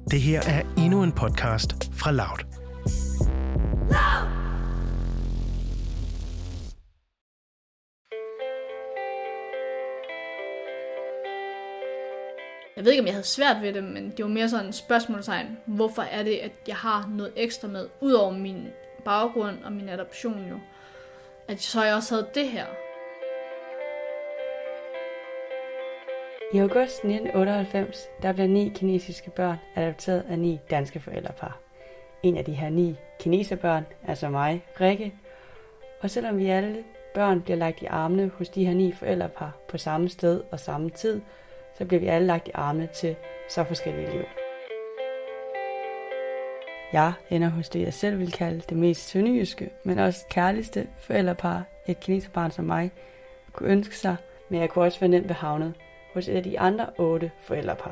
Det her er endnu en podcast fra Loud. Jeg ved ikke, om jeg havde svært ved det, men det var mere sådan et spørgsmålstegn. Hvorfor er det, at jeg har noget ekstra med, udover min baggrund og min adoption jo, at så jeg også havde det her. I august 1998, der blev 9 kinesiske børn adopteret af 9 danske forældrepar. En af de her 9 kineserbørn, altså mig, Rikke. Og selvom vi alle børn bliver lagt i armene hos de her 9 forældrepar på samme sted og samme tid, så bliver vi alle lagt i armene til så forskellige liv. Jeg ender hos det, jeg selv vil kalde det mest sønderjyske, men også kærligste forældrepar, et kineserbarn som mig, kunne ønske sig, men jeg kunne også være nemt ved havnet hos et af de andre 8 forældrepar.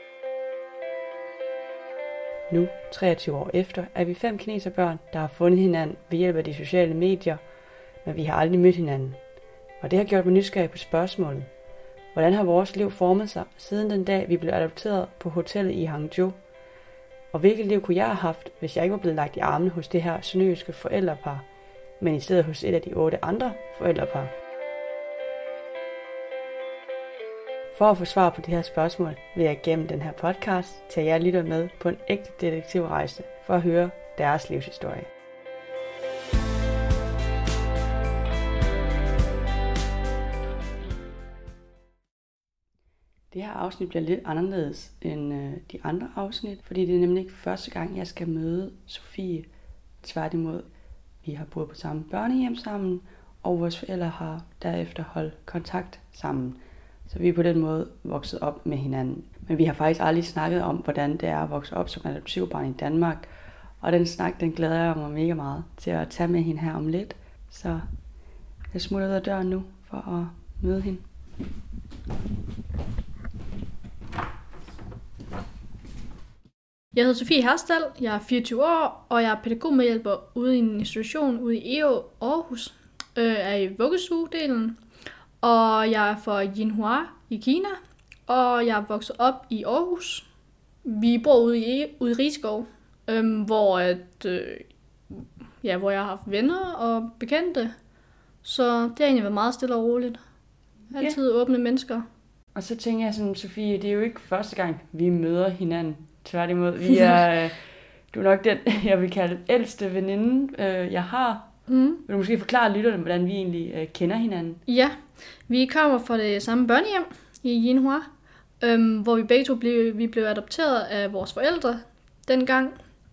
Nu, 23 år efter, er vi 5 kineserbørn, der har fundet hinanden ved hjælp af de sociale medier, men vi har aldrig mødt hinanden. Og det har gjort mig nysgerrig på spørgsmålet. Hvordan har vores liv formet sig siden den dag, vi blev adopteret på hotellet i Hangzhou? Og hvilket liv kunne jeg have haft, hvis jeg ikke var blevet lagt i armene hos det her sønderjyske forældrepar, men i stedet hos et af de 8 andre forældrepar? For at få svar på det her spørgsmål, vil jeg gennem den her podcast tage jer lytter med på en ægte detektivrejse for at høre deres livshistorie. Det her afsnit bliver lidt anderledes end de andre afsnit, fordi det er nemlig ikke første gang, jeg skal møde Sofie. Tværtimod, vi har boet på samme børnehjem sammen, og vores forældre har derefter holdt kontakt sammen. Så vi er på den måde vokset op med hinanden. Men vi har faktisk aldrig snakket om, hvordan det er at vokse op som adoptivbarn i Danmark. Og den snak, den glæder jeg mig mega meget til at tage med hende her om lidt. Så jeg smutter ud af døren nu for at møde hende. Jeg hedder Sofie Herstal, jeg er 24 år, og jeg er pædagogmedhjælper ude i en institution ude i EO Aarhus. Er i vuggestuedelen, og jeg er fra Jinhua i Kina, og jeg er vokset op i Aarhus. Vi bor ude i Risskov, hvor jeg har haft venner og bekendte, så det har egentlig været meget stille og roligt. Altid åbne mennesker. Og så tænker jeg sådan, Sofie, det er jo ikke første gang, vi møder hinanden. Tværtimod, vi er, du er nok den, jeg vil kalde ældste veninde, jeg har. Vil du måske forklare lytterne, hvordan vi egentlig kender hinanden? Ja, vi kommer fra det samme børnehjem i Jinhua, hvor vi begge to blev adopteret af vores forældre dengang.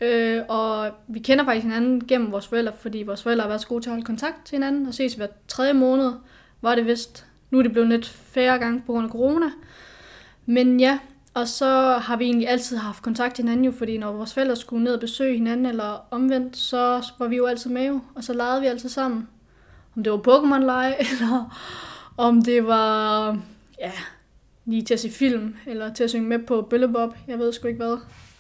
Og vi kender faktisk hinanden gennem vores forældre, fordi vores forældre har været så gode til at holde kontakt til hinanden og ses hver 3. måned, var det vist. Nu er det blevet lidt færre gange på grund af corona. Men ja, og så har vi egentlig altid haft kontakt til hinanden jo, fordi når vores forældre skulle ned og besøge hinanden eller omvendt, så var vi jo altid med jo, og så legede vi altid sammen. Om det var Pokémon-lege, eller om det var lige til at se film, eller til at synge med på Bøllebob, jeg ved sgu ikke hvad.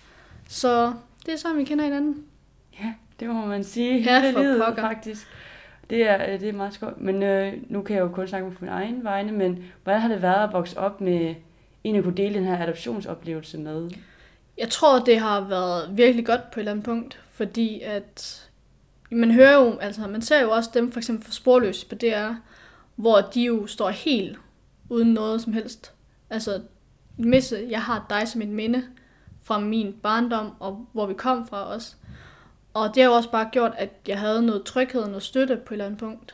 Så det er sådan, vi kender hinanden. Ja, det må man sige. Ja, for livet, pokker. Faktisk. Det er meget skønt. Men nu kan jeg jo kun snakke på min egen vegne, men hvordan har det været at vokse op med en, at kunne dele den her adoptionsoplevelse med? Jeg tror, det har været virkelig godt på et eller andet punkt, fordi at man hører jo, altså man ser jo også dem for eksempel for Sporløs på DR, hvor de jo står helt uden noget som helst. Altså, Misse, jeg har dig som et minde fra min barndom, og hvor vi kom fra os. Og det har jo også bare gjort, at jeg havde noget tryghed og noget støtte på et eller andet punkt.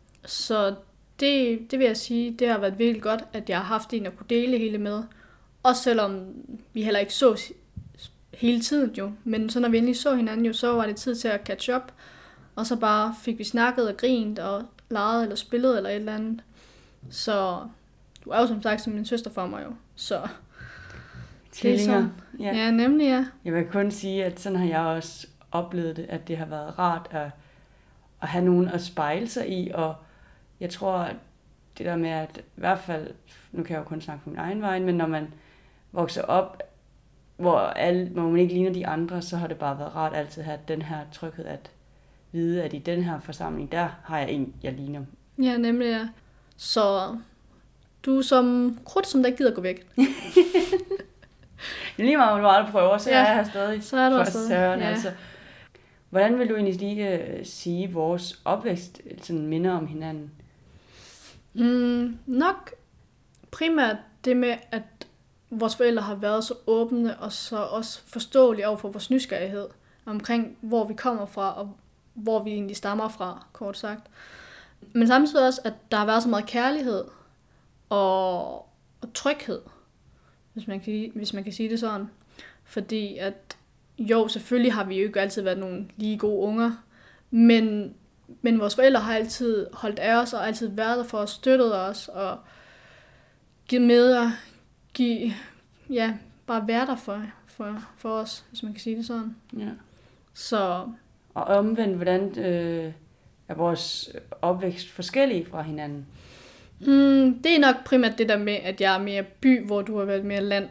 Så det vil jeg sige, det har været virkelig godt, at jeg har haft en at kunne dele hele med. Også selvom vi heller ikke så hele tiden jo. Men så når vi endelig så hinanden jo, så var det tid til at catch up. Og så bare fik vi snakket og grint og leget eller spillet eller et eller andet. Så du er jo som sagt som min søster for mig jo. Så Tvillinger. Ja, nemlig ja. Jeg vil kun sige, at sådan har jeg også oplevet det, at det har været rart at have nogen at spejle sig i, og jeg tror, at det der med, at i hvert fald, nu kan jeg jo kun snakke på min egen vej, men når man vokser op, hvor man ikke ligner de andre, så har det bare været rart altid at have den her tryghed, at vide, at i den her forsamling, der har jeg en, jeg ligner. Ja, nemlig ja. Så du er som krudt, som der ikke gider gå væk. Lige meget, om du aldrig prøver, så er jeg her stadig. Så er du for stadig. søren, Ja. altså. Hvordan vil du egentlig lige sige, vores opvækst sådan minder om hinanden? Nok primært det med, at vores forældre har været så åbne og så også forståelige over for vores nysgerrighed omkring, hvor vi kommer fra og hvor vi egentlig stammer fra, kort sagt. Men samtidig også, at der har været så meget kærlighed og tryghed, hvis man kan sige det sådan. Fordi at jo, selvfølgelig har vi jo ikke altid været nogle lige gode unger, men vores forældre har altid holdt af os og altid været der for os, støttet os og givet med og bare være der for os, hvis man kan sige det sådan. Ja. Så. Og omvendt, hvordan er vores opvækst forskellige fra hinanden? Det er nok primært det der med, at jeg er mere by, hvor du har været mere land.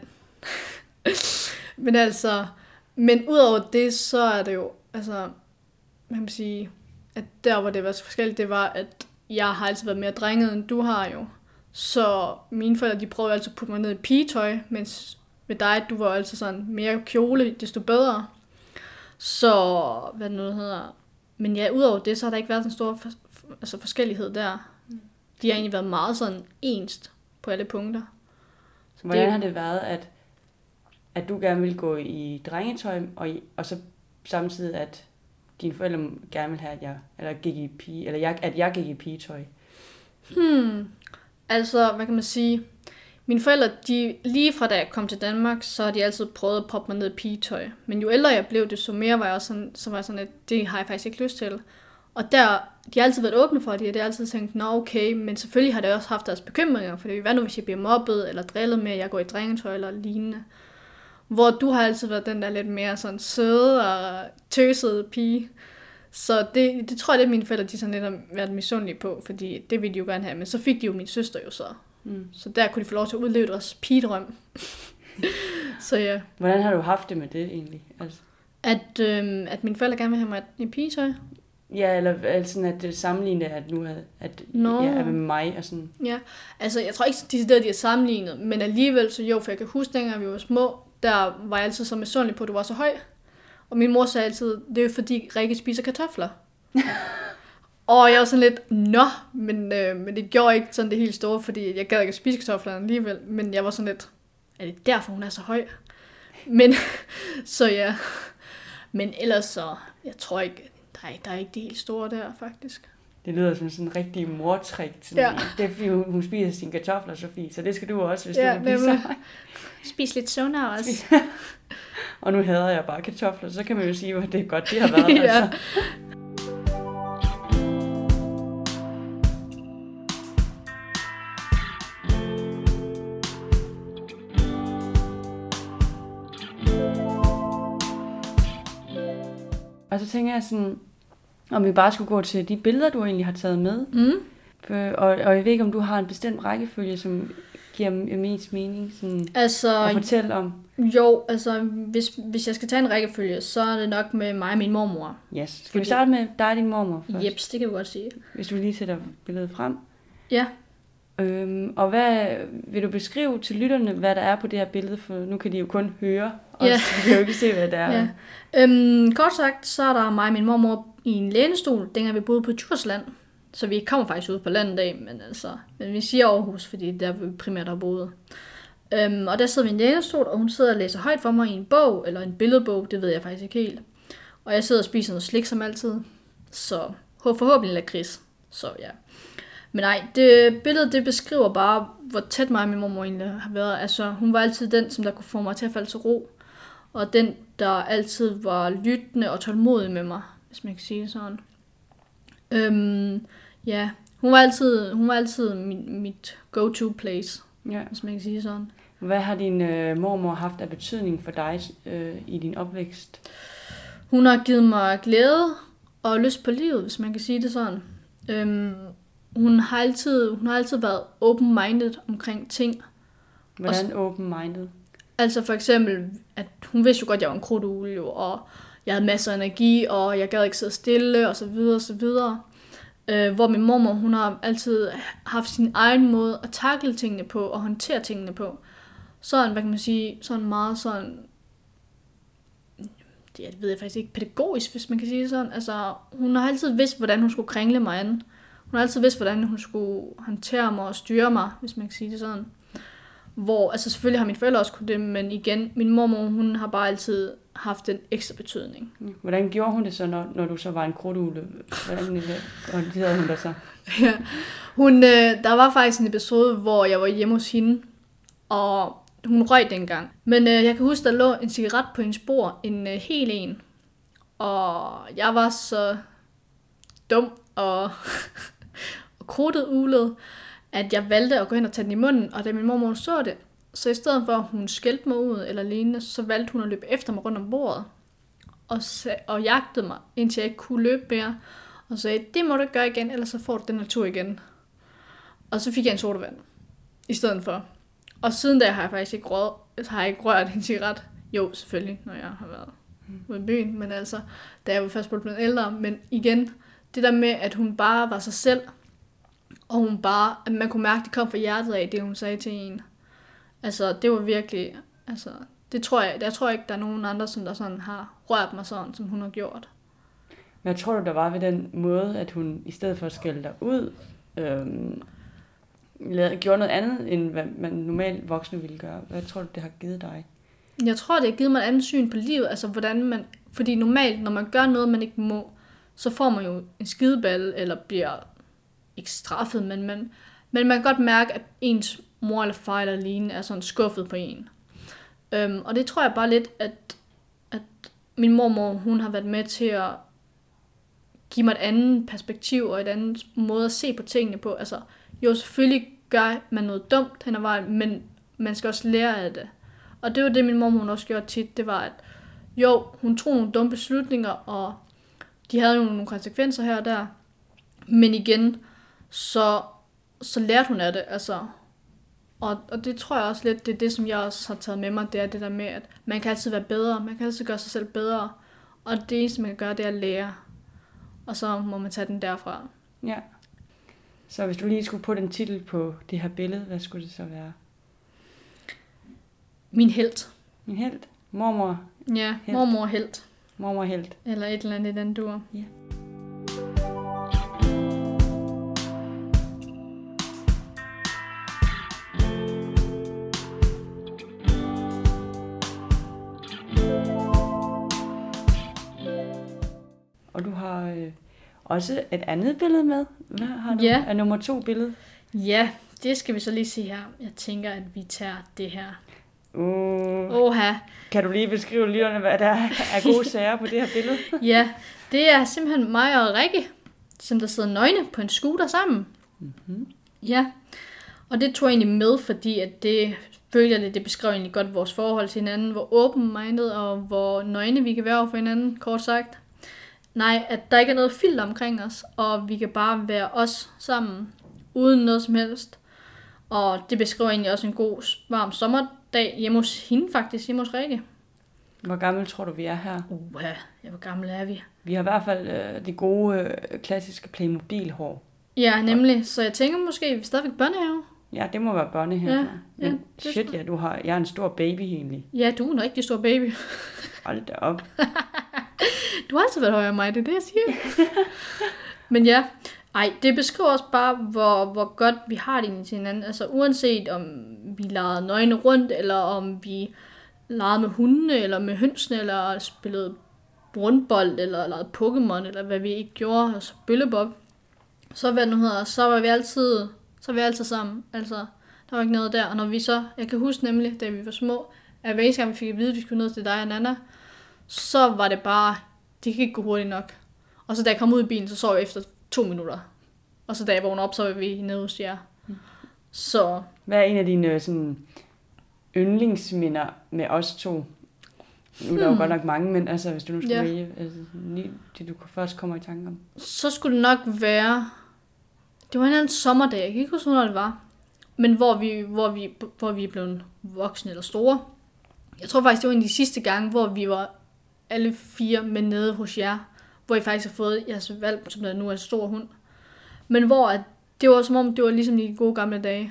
Men udover det, så er det jo, man kan sige, at der hvor det var så forskelligt, det var, at jeg har altid været mere drenget, end du har jo. Så mine forældre, de prøvede altid at putte mig ned i pigetøj, mens med dig, du var altid sådan mere kjole, desto bedre. Så, hvad det nu hedder. Men ja, udover det, så har der ikke været en stor forskellighed der. De har egentlig været meget sådan enst på alle punkter. Så hvordan har det været, at du gerne vil gå i drengetøj, og så samtidig, at dine forældre gerne vil have, at jeg gik i pigetøj? Hvad kan man sige? Mine forældre, lige fra da jeg kom til Danmark, så har de altid prøvet at proppe mig ned i pigetøj. Men jo ældre jeg blev, desto mere var jeg sådan, at det har jeg faktisk ikke lyst til. Og der, de har altid været åbne for det, og de har altid tænkt, nå okay, men selvfølgelig har de også haft deres bekymringer, for hvad nu hvis jeg bliver mobbet eller drillet med, at jeg går i drengetøj eller lignende. Hvor du har altid været den der lidt mere sådan søde og tøsede pige. Så det tror jeg, det er mine forældre, de sådan lidt har været misundelige på, fordi det ville de jo gerne have, men så fik de jo min søster jo så. Så der kunne de få lov til at udleve deres pigedrøm. Så ja. Hvordan har du haft det med det egentlig? Altså. At mine forældre gerne vil have mig i pigetøj? Ja, eller sådan at sammenligne, at nu er med mig og sådan. Ja, jeg tror ikke, de er sammenlignet, men alligevel så jo, for jeg kan huske, dengang vi var små, der var jeg altid så misundelig på, at du var så høj. Og min mor sagde altid, det er jo fordi Rikke spiser kartofler. Og jeg var sådan lidt, men det gjorde ikke sådan det helt store, fordi jeg gad ikke at spise kartofler alligevel. Men jeg var sådan lidt, er det derfor, hun er så høj? Men, så ja. Men ellers så, jeg tror ikke, der er ikke det helt store der, faktisk. Det lyder som sådan en rigtig mortrik. Ja. Det er fordi, hun spiser sine kartofler, Sofie, så det skal du også, hvis du vil blive så høj. Spis lidt sundere også. Og nu hader jeg bare kartofler, så kan man jo sige, at det er godt, det har været. Ja. Altså. Og så tænker jeg sådan, om vi bare skulle gå til de billeder, du egentlig har taget med. Og jeg ved ikke, om du har en bestemt rækkefølge, som giver mest mening sådan at fortælle om. Jo, hvis jeg skal tage en rækkefølge, så er det nok med mig og min mormor. Yes. Skal vi starte med dig og din mormor først? Jeps, det kan vi godt sige. Hvis du lige sætter billedet frem. Ja. Og hvad vil du beskrive til lytterne, hvad der er på det her billede? For nu kan de jo kun høre, og så kan de jo ikke se, hvad det er. Ja. Kort sagt, så er der mig og min mormor i en lænestol, dengang vi boede på Djursland. Så vi kommer faktisk ud på landet af, men vi siger Aarhus, fordi der vi primært har boet. Og der sidder vi i en lænestol, og hun sidder og læser højt for mig i en bog, eller en billedbog, det ved jeg faktisk ikke helt. Og jeg sidder og spiser noget slik som altid, så forhåbentlig lakrids. Så ja. Men nej, det billede, det beskriver bare, hvor tæt mig og min mormor egentlig har været. Hun var altid den, som der kunne få mig til at falde til ro. Og den, der altid var lyttende og tålmodig med mig, hvis man kan sige det sådan. Ja, hun var altid mit go-to place, hvis man kan sige det sådan. Hvad har din mormor haft af betydning for dig i din opvækst? Hun har givet mig glæde og lyst på livet, hvis man kan sige det sådan. Hun har altid været open-minded omkring ting. Hvordan open-minded? Altså for eksempel, at hun vidste jo godt, at jeg var en krudtugle, og jeg havde masser af energi, og jeg gad ikke sidde stille, og så videre, og så videre. Hvor min mormor, hun har altid haft sin egen måde at tackle tingene på, og håndtere tingene på. sådan, hvad kan man sige, sådan meget sådan, det ved jeg faktisk ikke, pædagogisk, hvis man kan sige det sådan. Altså, hun har altid vidst, hvordan hun skulle kringle mig an. Hun har altid vidst, hvordan hun skulle håndtere mig og styre mig, hvis man kan sige det sådan. Hvor, altså selvfølgelig har mine forældre også kunne det, men igen, min mormor, hun har bare altid haft en ekstra betydning. Hvordan gjorde hun det så, når du så var en krudtugle? Hvordan håndterede hun dig så? Ja, der var faktisk en episode, hvor jeg var hjemme hos hende, og hun røg dengang. Men jeg kan huske, der lå en cigaret på hendes bord, en hel en. Og jeg var så dum og krudtet ulet, at jeg valgte at gå hen og tage den i munden, og da min mormor så det, så i stedet for, at hun skældte mig ud eller lignende, så valgte hun at løbe efter mig rundt om bordet, og jagtede mig, indtil jeg ikke kunne løbe mere, og sagde, det må du ikke gøre igen, ellers så får du den her tur igen. Og så fik jeg en sodavand, i stedet for. Og siden da har jeg faktisk ikke rørt en cigaret. Jo, selvfølgelig, når jeg har været ude i byen, men altså, da jeg var først blevet ældre. Men igen, det der med, at hun bare var sig selv, og hun bare, at man kunne mærke, at det kom fra hjertet af, det hun sagde til en. Altså, det var virkelig, altså, jeg tror ikke, der er nogen andre, som der sådan har rørt mig sådan, som hun har gjort. Hvad tror du, der var ved den måde, at hun i stedet for at skælde dig ud, gjorde noget andet, end hvad man normalt voksne ville gøre? Hvad tror du, det har givet dig? Jeg tror, det har givet mig et andet syn på livet, altså hvordan man, fordi normalt, når man gør noget, man ikke må, så får man jo en skideballe, eller bliver ikke straffet, men man kan godt mærke, at ens mor eller far eller lignende er sådan skuffet på en. Og det tror jeg bare lidt, at min mormor, hun har været med til at give mig et andet perspektiv, og et andet måde at se på tingene på. Altså, jo, selvfølgelig gør man noget dumt hen ad vejen, men man skal også lære af det. Og det var det, min mormor hun også gjorde tit, det var, at jo, hun tog nogle dumme beslutninger, og de havde jo nogle konsekvenser her og der. Men igen, så lærte hun af det, altså. Og det tror jeg også lidt, det er det, som jeg også har taget med mig, det er det der med, at man kan altid være bedre, man kan altid gøre sig selv bedre, og det eneste, man kan gøre, det er at lære. Og så må man tage den derfra. Ja. Så hvis du lige skulle på den titel på det her billede, hvad skulle det så være? Min helt. Min helt? Mormor? Ja, helt. Mormor helt. Mormor helt. Eller et eller andet i den dur. Ja. Og du har også et andet billede med. Hvad har du? Ja. Er nummer 2 billede? Ja, det skal vi så lige se her. Jeg tænker, at vi tager det her. Oha. Kan du lige beskrive lytterne, hvad der er gode sager på det her billede? Ja, det er simpelthen mig og Rikke, som der sidder nøgne på en scooter sammen. Mm-hmm. Ja, og det tog jeg egentlig med, fordi at det føler jeg, det beskrev egentlig godt vores forhold til hinanden, hvor open-minded og hvor nøgne vi kan være over for hinanden, kort sagt. Nej, at der ikke er noget filter omkring os, og vi kan bare være os sammen, uden noget som helst. Og det beskriver egentlig også en god, varm sommerdag hjemme hos hende faktisk, hjemme hos Rikke. Hvor gammel tror du, vi er her? Ja, hvor gammel er vi? Vi har i hvert fald det gode, klassiske Playmobil-hår. Ja, nemlig. Så jeg tænker måske, at vi stadigvæk børnehave. Ja, det må være børnehave. Ja, men shit, ja, jeg er en stor baby egentlig. Ja, du er en rigtig stor baby. Hold da op. Du har altid været højere end mig, det er det, jeg siger. Men ja, det beskriver også bare, hvor godt vi har det til hinanden. Altså uanset om vi legede nøgne rundt, eller om vi legede med hundene, eller med hønsene, eller spillede rundbold, eller legede Pokémon, eller hvad vi ikke gjorde, altså bøllebob. Så var vi altid sammen. Altså, der var ikke noget der. Og når vi så, jeg kan huske nemlig, da vi var små, at hver eneste gang vi fik at vide, at vi skulle ned til dig og Nana, så var det bare, det kan ikke gå hurtigt nok. Og så da jeg kom ud i bilen, så sov jeg efter 2 minutter. Og så da jeg vågnede op, så var vi nede hos jer. Så. Hvad er en af dine sådan, yndlingsminder med os to? Nu er der jo godt nok mange, men altså, hvis du nu skulle vælge, altså, det du først kommer i tanke om. Så skulle det nok være, det var en anden sommerdag, jeg kan ikke huske, hvornår det var. Men hvor vi er blevet voksne eller store. Jeg tror faktisk, det var en af de sidste gange, hvor vi var alle 4 med nede hos jer. Hvor I faktisk har fået jeres valg, som der nu er en stor hund. Men hvor at det var som om, det var ligesom i de gode gamle dage. Og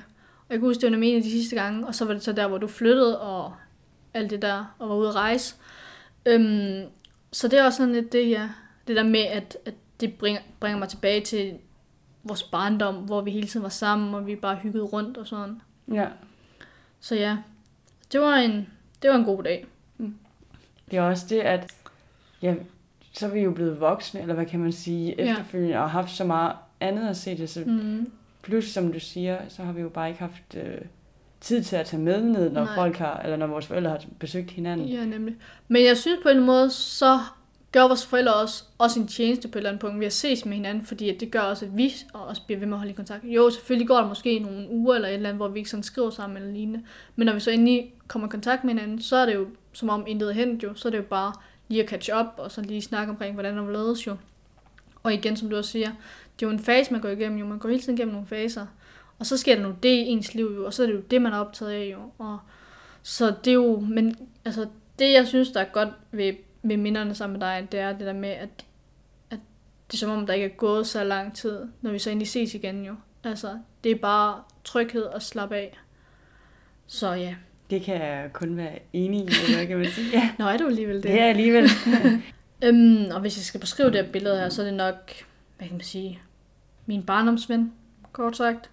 Jeg kan huske, det var en af de sidste gange, og så var det så der, hvor du flyttede, og alt det der, og var ude at rejse. Så det er også sådan lidt det, ja. Det der med, at det bringer mig tilbage til vores barndom, hvor vi hele tiden var sammen, og vi bare hyggede rundt og sådan. Ja. Så ja, det var en god dag. Det er også det, at ja, så er vi jo blevet voksne, eller hvad kan man sige, efterfølgende, og haft så meget andet at se det. Så plus, som du siger, så har vi jo bare ikke haft tid til at tage med ned, når folk har, eller når vores forældre har besøgt hinanden. Ja, nemlig. Men jeg synes på en måde, så gør vores forældre også en tjeneste på et eller andet punkt ved at ses med hinanden, fordi at det gør også, at vi også bliver ved med at holde i kontakt. Jo, selvfølgelig går der måske nogle uger eller et eller andet, hvor vi ikke sådan skriver sammen eller lignende. Men når vi så endelig kommer i kontakt med hinanden, så er det jo som om intet er hent jo. Så er det jo bare lige at catch up, og så lige snakke omkring, hvordan der ledes jo. Og igen, som du også siger, det er jo en fase, man går igennem jo. Man går hele tiden igennem nogle faser. Og så sker der noget det i ens liv jo, og så er det jo det, man er optaget af jo. Og så det er jo, men altså det, jeg synes, der er godt ved minderne sammen med dig, det er det der med, at det er som om, der ikke er gået så lang tid, når vi så endelig ses igen jo. Altså, det er bare tryghed og slappe af. Så ja. Det kan jeg kun være enig i, eller kan man sige. Ja. Nå, er du alligevel det? Det er alligevel. Og hvis jeg skal beskrive det her billede her, så er det nok, hvad kan man sige, min barndomsven, kort sagt.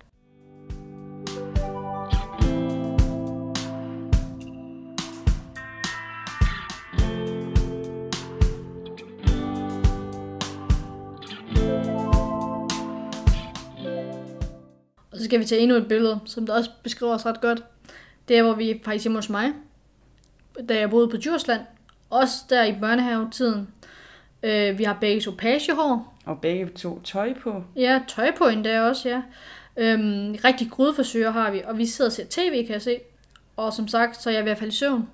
Og så skal vi tage endnu et billede, som der også beskriver os ret godt. Det er, hvor vi er faktisk hjemme hos mig, da jeg boede på Djursland. Også der i børnehavetiden. Vi har begge to pagehår. Og begge to tøj på. Ja, tøj på endda også, ja. Rigtig grydeforsyre har vi, og vi sidder og ser tv, kan jeg se. Og som sagt, så er jeg i hvert fald i søvn.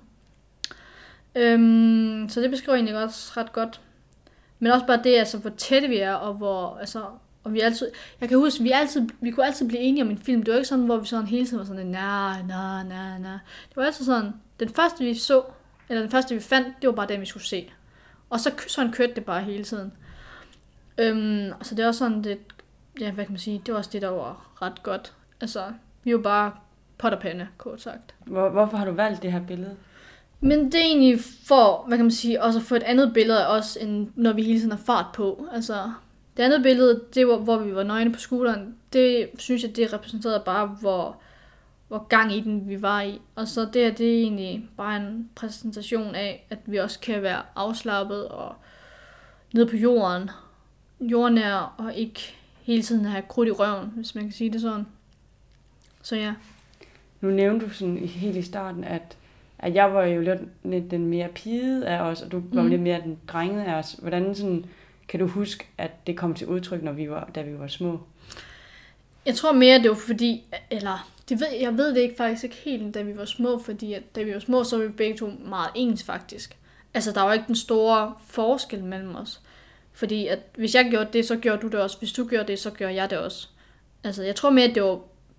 Så det beskriver egentlig også ret godt. Men også bare det, altså, hvor tætte vi er, og hvor, altså, og vi altid, jeg kan huske, vi kunne altid blive enige om en film. Det var ikke sådan, hvor vi sådan hele tiden var sådan, nej. Det var altid sådan, den første vi så, eller den første vi fandt, det var bare den, vi skulle se. Og så sådan kørte det bare hele tiden. Så det er også sådan, det, ja, hvad kan man sige, det var også det, der var ret godt. Altså, vi var bare pot og pande, kort sagt. Hvorfor har du valgt det her billede? Men det er egentlig for, hvad kan man sige, også at få et andet billede af os, end når vi hele tiden har fart på. Altså, det andet billede, det var, hvor vi var nøgne på scooteren, det synes jeg, det repræsenterede bare, hvor gang i den vi var i. Og så det er egentlig bare en præsentation af, at vi også kan være afslappet og nede på jordnær, og ikke hele tiden have krudt i røven, hvis man kan sige det sådan. Så ja. Nu nævnte du sådan helt i starten, at jeg var jo lidt den mere pigede af os, og du var lidt mere den drengede af os. Hvordan sådan, kan du huske, at det kom til udtryk, da vi var små? Jeg tror mere, det var fordi, eller jeg ved det ikke faktisk ikke helt, da vi var små, fordi at, da vi var små, så var vi begge to meget ens faktisk. Altså, der var ikke den store forskel mellem os. Fordi at hvis jeg gjorde det, så gjorde du det også. Hvis du gjorde det, så gjorde jeg det også. Altså, jeg tror mere, at det var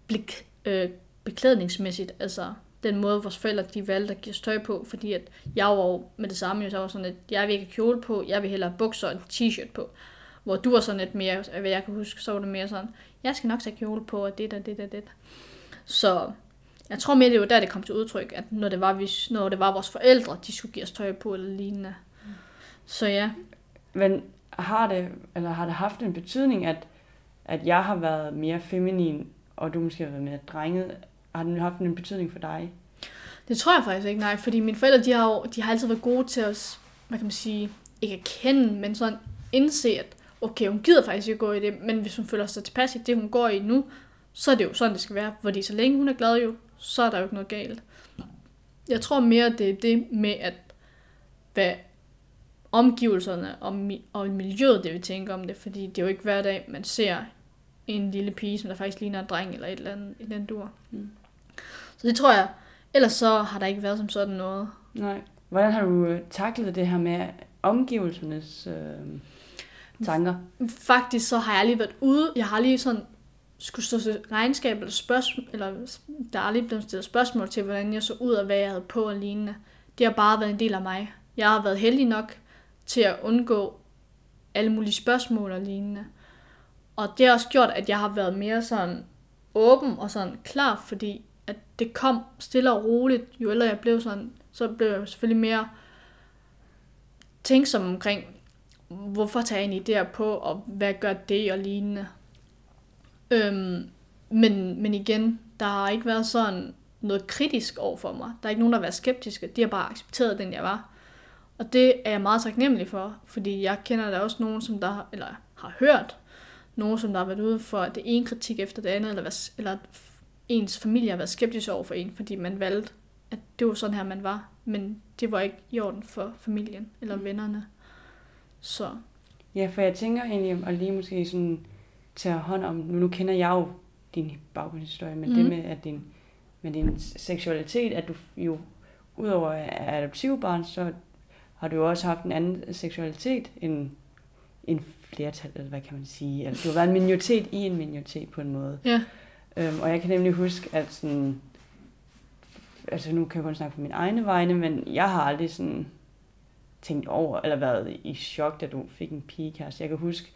beklædningsmæssigt. Altså, den måde, vores forældre de valgte at give os tøj på. Fordi at jeg var med det samme, så var sådan, at jeg vil ikke have kjole på, jeg vil hellere bukser og en t-shirt på. Hvor du var sådan lidt mere, hvad jeg kan huske, så var det mere sådan, jeg skal nok tage kjole på, og det. Så jeg tror mere, det var der, det kom til udtryk, at når det var vores forældre, de skulle give os tøj på eller lignende. Så ja. Men har det haft en betydning, at jeg har været mere feminin, og du måske har været mere drenget? Har den haft en betydning for dig? Det tror jeg faktisk ikke, nej. Fordi mine forældre, de har altid været gode til os, hvad kan man sige, ikke at kende, men sådan indse, at okay, hun gider faktisk ikke gå i det, men hvis hun føler sig tilpas i det, hun går i nu, så er det jo sådan, det skal være. Fordi så længe hun er glad jo, så er der jo ikke noget galt. Jeg tror mere, det er det med, at hvad omgivelserne og miljøet, det vi tænker om det, fordi det er jo ikke hver dag, man ser en lille pige, som der faktisk ligner en dreng eller et eller andet i den dur. Så det tror jeg. Ellers så har der ikke været som sådan noget. Nej. Hvordan har du taklet det her med omgivelsernes tanker? Faktisk så har jeg lige været ude. Jeg har lige sådan skulle stå til regnskab eller spørgsmål, eller der er aldrig blevet stillet spørgsmål til, hvordan jeg så ud og hvad jeg havde på og lignende. Det har bare været en del af mig. Jeg har været heldig nok til at undgå alle mulige spørgsmål og lignende. Og det har også gjort, at jeg har været mere sådan, åben og sådan klar, fordi at det kom stille og roligt. Jo ældre jeg blev sådan, så blev jeg selvfølgelig mere tænksom omkring, hvorfor tager jeg en idé på, og hvad gør det og lignende. Men igen, der har ikke været sådan noget kritisk over for mig. Der er ikke nogen, der har været skeptiske. De har bare accepteret den, jeg var. Og det er jeg meget taknemmelig for, fordi jeg kender der også nogen, som der eller har hørt, nogen, som der har været ude for det ene kritik efter det andet, eller ens familie har været skeptisk over for en, fordi man valgte, at det var sådan her, man var. Men det var ikke i orden for familien eller vennerne. Så. Ja, for jeg tænker egentlig, at lige måske sådan tage hånd om, nu kender jeg jo din baggrundshistorie, men det med din seksualitet, at du jo udover at er adoptivbarn, så har du jo også haft en anden seksualitet end en flertal, eller hvad kan man sige. Altså, du har været en minoritet i en minoritet på en måde. Ja. Og jeg kan nemlig huske, at sådan, altså nu kan jeg kun snakke på mine egne vegne, men jeg har aldrig sådan tænkt over, eller været i chok, da du fik en pigekæreste. Jeg kan huske,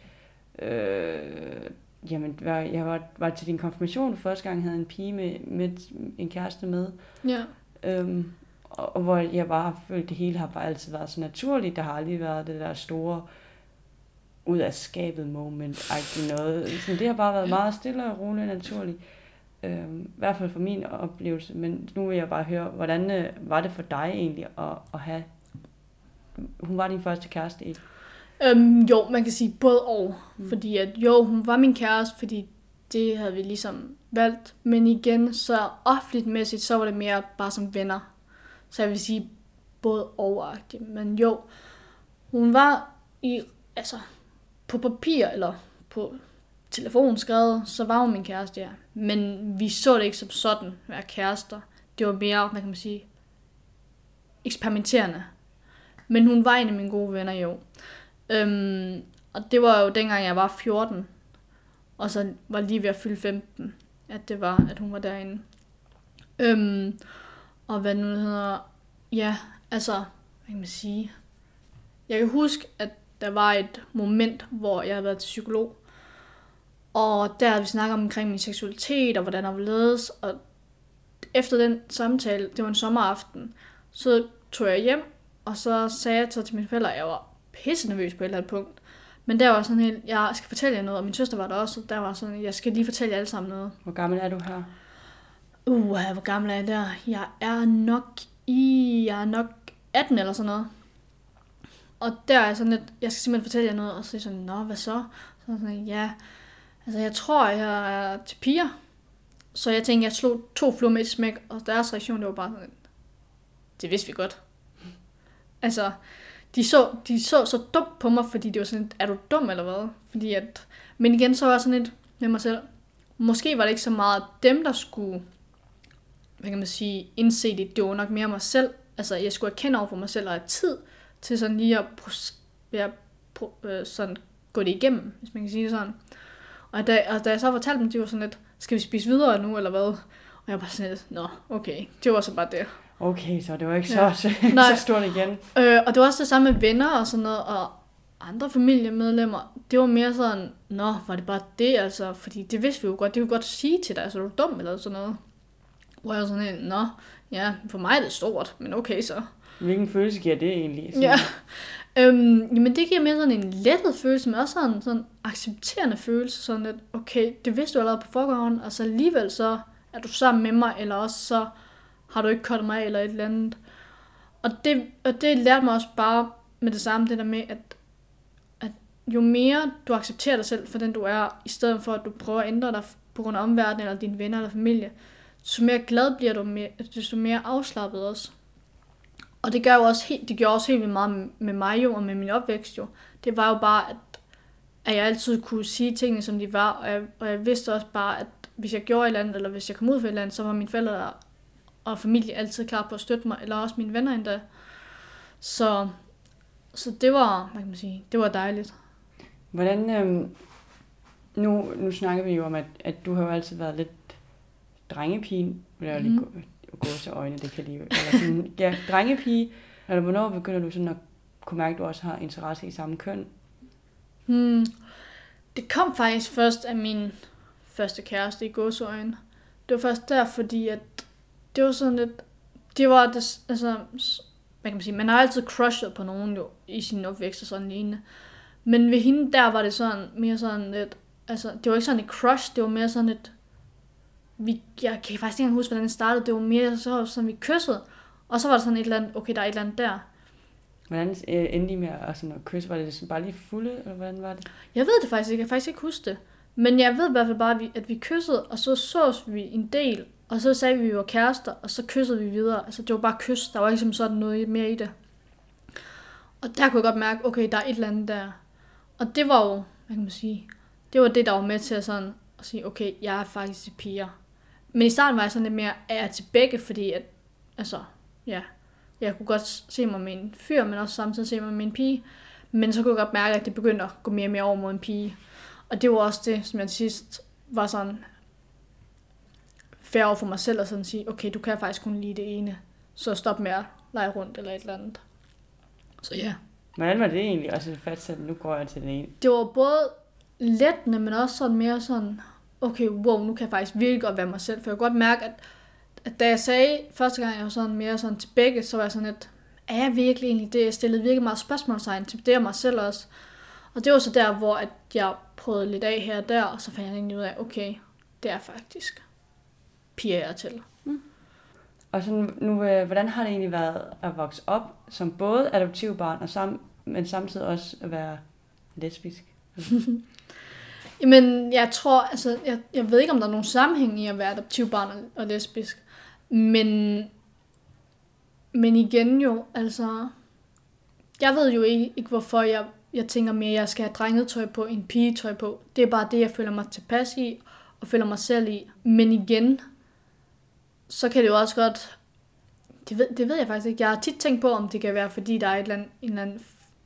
jeg var til din konfirmation første gang, havde en pige med en kæreste med. Ja. Og hvor jeg bare følte, det hele har bare altid været så naturligt. Der har aldrig været det der store ud af skabet moment-agtigt noget. Så det har bare været meget stille og roligt og naturligt. I hvert fald for min oplevelse. Men nu vil jeg bare høre, hvordan var det for dig egentlig at have... Hun var din første kæreste, ikke? Jo, man kan sige både og. Fordi at hun var min kæreste, fordi det havde vi ligesom valgt. Men igen, så offentligtmæssigt, så var det mere bare som venner. Så jeg vil sige både og-agtigt. Men hun var på papir eller på telefon skrevet, så var hun min kæreste, ja. Men vi så det ikke som sådan, at være kærester. Det var mere, hvad kan man sige, eksperimenterende. Men hun var en af mine gode venner, jo. Og det var jo dengang, jeg var 14. Og så var lige ved at fylde 15, at hun var derinde. Og hvad nu hedder... Ja, altså, hvad kan man sige? Jeg kan huske, at der var et moment, hvor jeg havde været til psykolog. Og der havde vi snakket omkring min seksualitet, og hvordan der var ledes. Og efter den samtale, det var en sommeraften, så tog jeg hjem, og så sagde jeg til mine forældre, at jeg var pisse nervøs på et eller andet punkt. Men der var sådan helt, jeg skal fortælle jer noget, og min søster var der også, og der var sådan, jeg skal lige fortælle jer alle sammen noget. Hvor gammel er du her? Hvor gammel er jeg der? Jeg er nok 18 eller sådan noget. Og der er sådan lidt, jeg skal simpelthen fortælle jer noget, og så er jeg sådan, nå, hvad så? Så sådan, ja, altså jeg tror, jeg er til piger. Så jeg tænkte, jeg slog 2 fluer med et smæk, og deres reaktion, det var bare sådan, det vidste vi godt. Altså, de så så dumt på mig, fordi det var sådan, er du dum eller hvad? Fordi at, men igen, så var jeg sådan lidt med mig selv. Måske var det ikke så meget dem, der skulle, hvad kan man sige, indse det. Det var nok mere mig selv. Altså, jeg skulle erkende over for mig selv, og have tid til sådan lige at sådan gå det igennem, hvis man kan sige det sådan. Og da jeg så fortalte dem, de var sådan lidt, skal vi spise videre nu, eller hvad? Og jeg var bare sådan lidt, nå, okay, det var så bare det. Okay, så det var ikke så stort igen. Og det var også det samme med venner og sådan noget, og andre familiemedlemmer. Det var mere sådan, nå, var det bare det, altså, fordi det vidste vi jo godt, det kunne godt sige til dig, altså, er du dum eller sådan noget. Hvor jeg var sådan, nå, ja, for mig er det stort, men okay så. Hvilken følelse giver det egentlig? Sådan? Ja, jamen det giver mere sådan en lettet følelse, men også sådan en accepterende følelse, sådan at, okay, det vidste du allerede på forhånd, og så alligevel så er du sammen med mig, eller også så har du ikke kørt mig eller et eller andet. Og det lærte mig også bare med det samme, det der med, at jo mere du accepterer dig selv for den du er, i stedet for at du prøver at ændre dig på grund af omverdenen, eller dine venner eller familie, så mere glad bliver du, desto mere afslappet også. Og det gjorde også helt vildt meget med mig jo, og med min opvækst jo. Det var jo bare, at jeg altid kunne sige tingene, som de var, og jeg vidste også bare, at hvis jeg gjorde et eller andet, eller hvis jeg kom ud for et eller andet, så var mine forældre og familie altid klar på at støtte mig, eller også mine venner endda. Så det var, hvad kan man sige, det var dejligt. Hvordan, nu snakker vi jo om, at du har jo altid været lidt drengepige, vil jeg lige gå til øjne, det kan de jo. Eller sådan, ja, drengepige, eller hvornår begynder du sådan at kunne mærke, at du også har interesse i samme køn? Det kom faktisk først af min første kæreste i gåseøjne. Det var først der, fordi at det var sådan lidt, det var det, altså, hvad kan man sige, man har altid crushet på nogen jo, i sin opvækst og sådan lignende. Men ved hende der var det sådan, mere sådan lidt, altså, det var ikke sådan et crush, det var mere sådan et, jeg kan faktisk ikke huske, hvordan det startede, det var mere sådan, vi kyssede, og så var der sådan et eller andet, okay, der er et eller andet der. Hvordan endte I med at kysse? Var det bare lige fulde, eller hvordan var det? Jeg ved det faktisk ikke, jeg kan faktisk ikke huske det. Men jeg ved i hvert fald bare, at vi kyssede, og så sås vi en del, og så sagde vi, at vi var kærester, og så kyssede vi videre. Altså, det var bare kys, der var ikke som sådan noget mere i det. Og der kunne jeg godt mærke, okay, der er et eller andet der. Og det var jo, hvad kan man sige, det var det, der var med til at sige, okay, jeg er faktisk til piger. Men i starten var jeg sådan lidt mere, er jeg til begge, fordi at, altså, ja, jeg kunne godt se mig med en fyr, men også samtidig se mig med en pige. Men så kunne jeg godt mærke, at det begyndte at gå mere og mere over mod en pige. Og det var også det, som jeg sidst var sådan fair over for mig selv, og sådan sige, okay, du kan faktisk kun lide det ene, så stop med at lege rundt eller et eller andet. Så ja. Hvordan var det egentlig også at nu går jeg til det ene? Det var både lettende, men også sådan mere sådan, okay, wow, nu kan jeg faktisk virkelig godt være mig selv. For jeg kunne godt mærke, at da jeg sagde første gang, jeg var sådan mere sådan til begge, så var jeg sådan lidt, er jeg virkelig egentlig det? Jeg stillede virkelig meget spørgsmålstegn til det og mig selv også. Og det var så der, hvor at jeg prøvede lidt af her og der, og så fandt jeg egentlig ud af, okay, det er faktisk piger jeg er til. Og så nu, hvordan har det egentlig været at vokse op som både adoptivbarn, men samtidig også at være lesbisk? Jamen, jeg tror, altså, jeg ved ikke, om der er nogen sammenhæng i at være adoptivbarn og lesbisk, men igen jo, altså, jeg ved jo ikke hvorfor jeg tænker mere, at jeg skal have drengetøj på end pigetøj på. Det er bare det, jeg føler mig tilpas i, og føler mig selv i. Men igen, så kan det jo også godt, det ved jeg faktisk ikke. Jeg har tit tænkt på, om det kan være, fordi der er en eller anden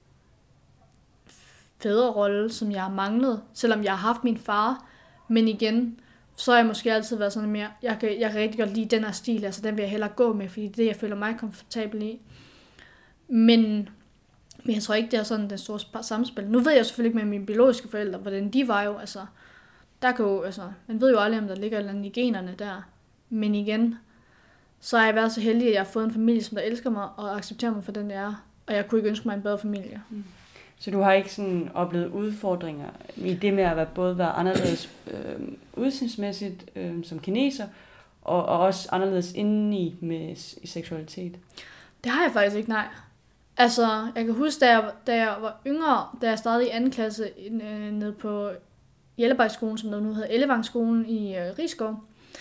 fædrerolle, som jeg har manglet, selvom jeg har haft min far. Men igen, så har jeg måske altid været sådan mere, jeg kan rigtig godt lide den her stil, altså den vil jeg hellere gå med, fordi det er det, jeg føler mig komfortabel i. Men jeg tror ikke, det er sådan den store samspil. Nu ved jeg selvfølgelig ikke med mine biologiske forældre, hvordan de var jo, altså, der kan jo, altså, man ved jo aldrig, om der ligger et eller andet i generne der. Men igen, så har jeg været så heldig, at jeg har fået en familie, som der elsker mig og accepterer mig for den, jeg er. Og jeg kunne ikke ønske mig en bedre familie. Så du har ikke sådan oplevet udfordringer i det med at både være anderledes udseendsmæssigt som kineser, og også anderledes indeni med seksualitet? Det har jeg faktisk ikke, nej. Altså, jeg kan huske, da jeg var yngre, da jeg startede i 2. klasse nede på Hjellebejdsskolen, som der nu hedder Ellevangsskolen i Risskov.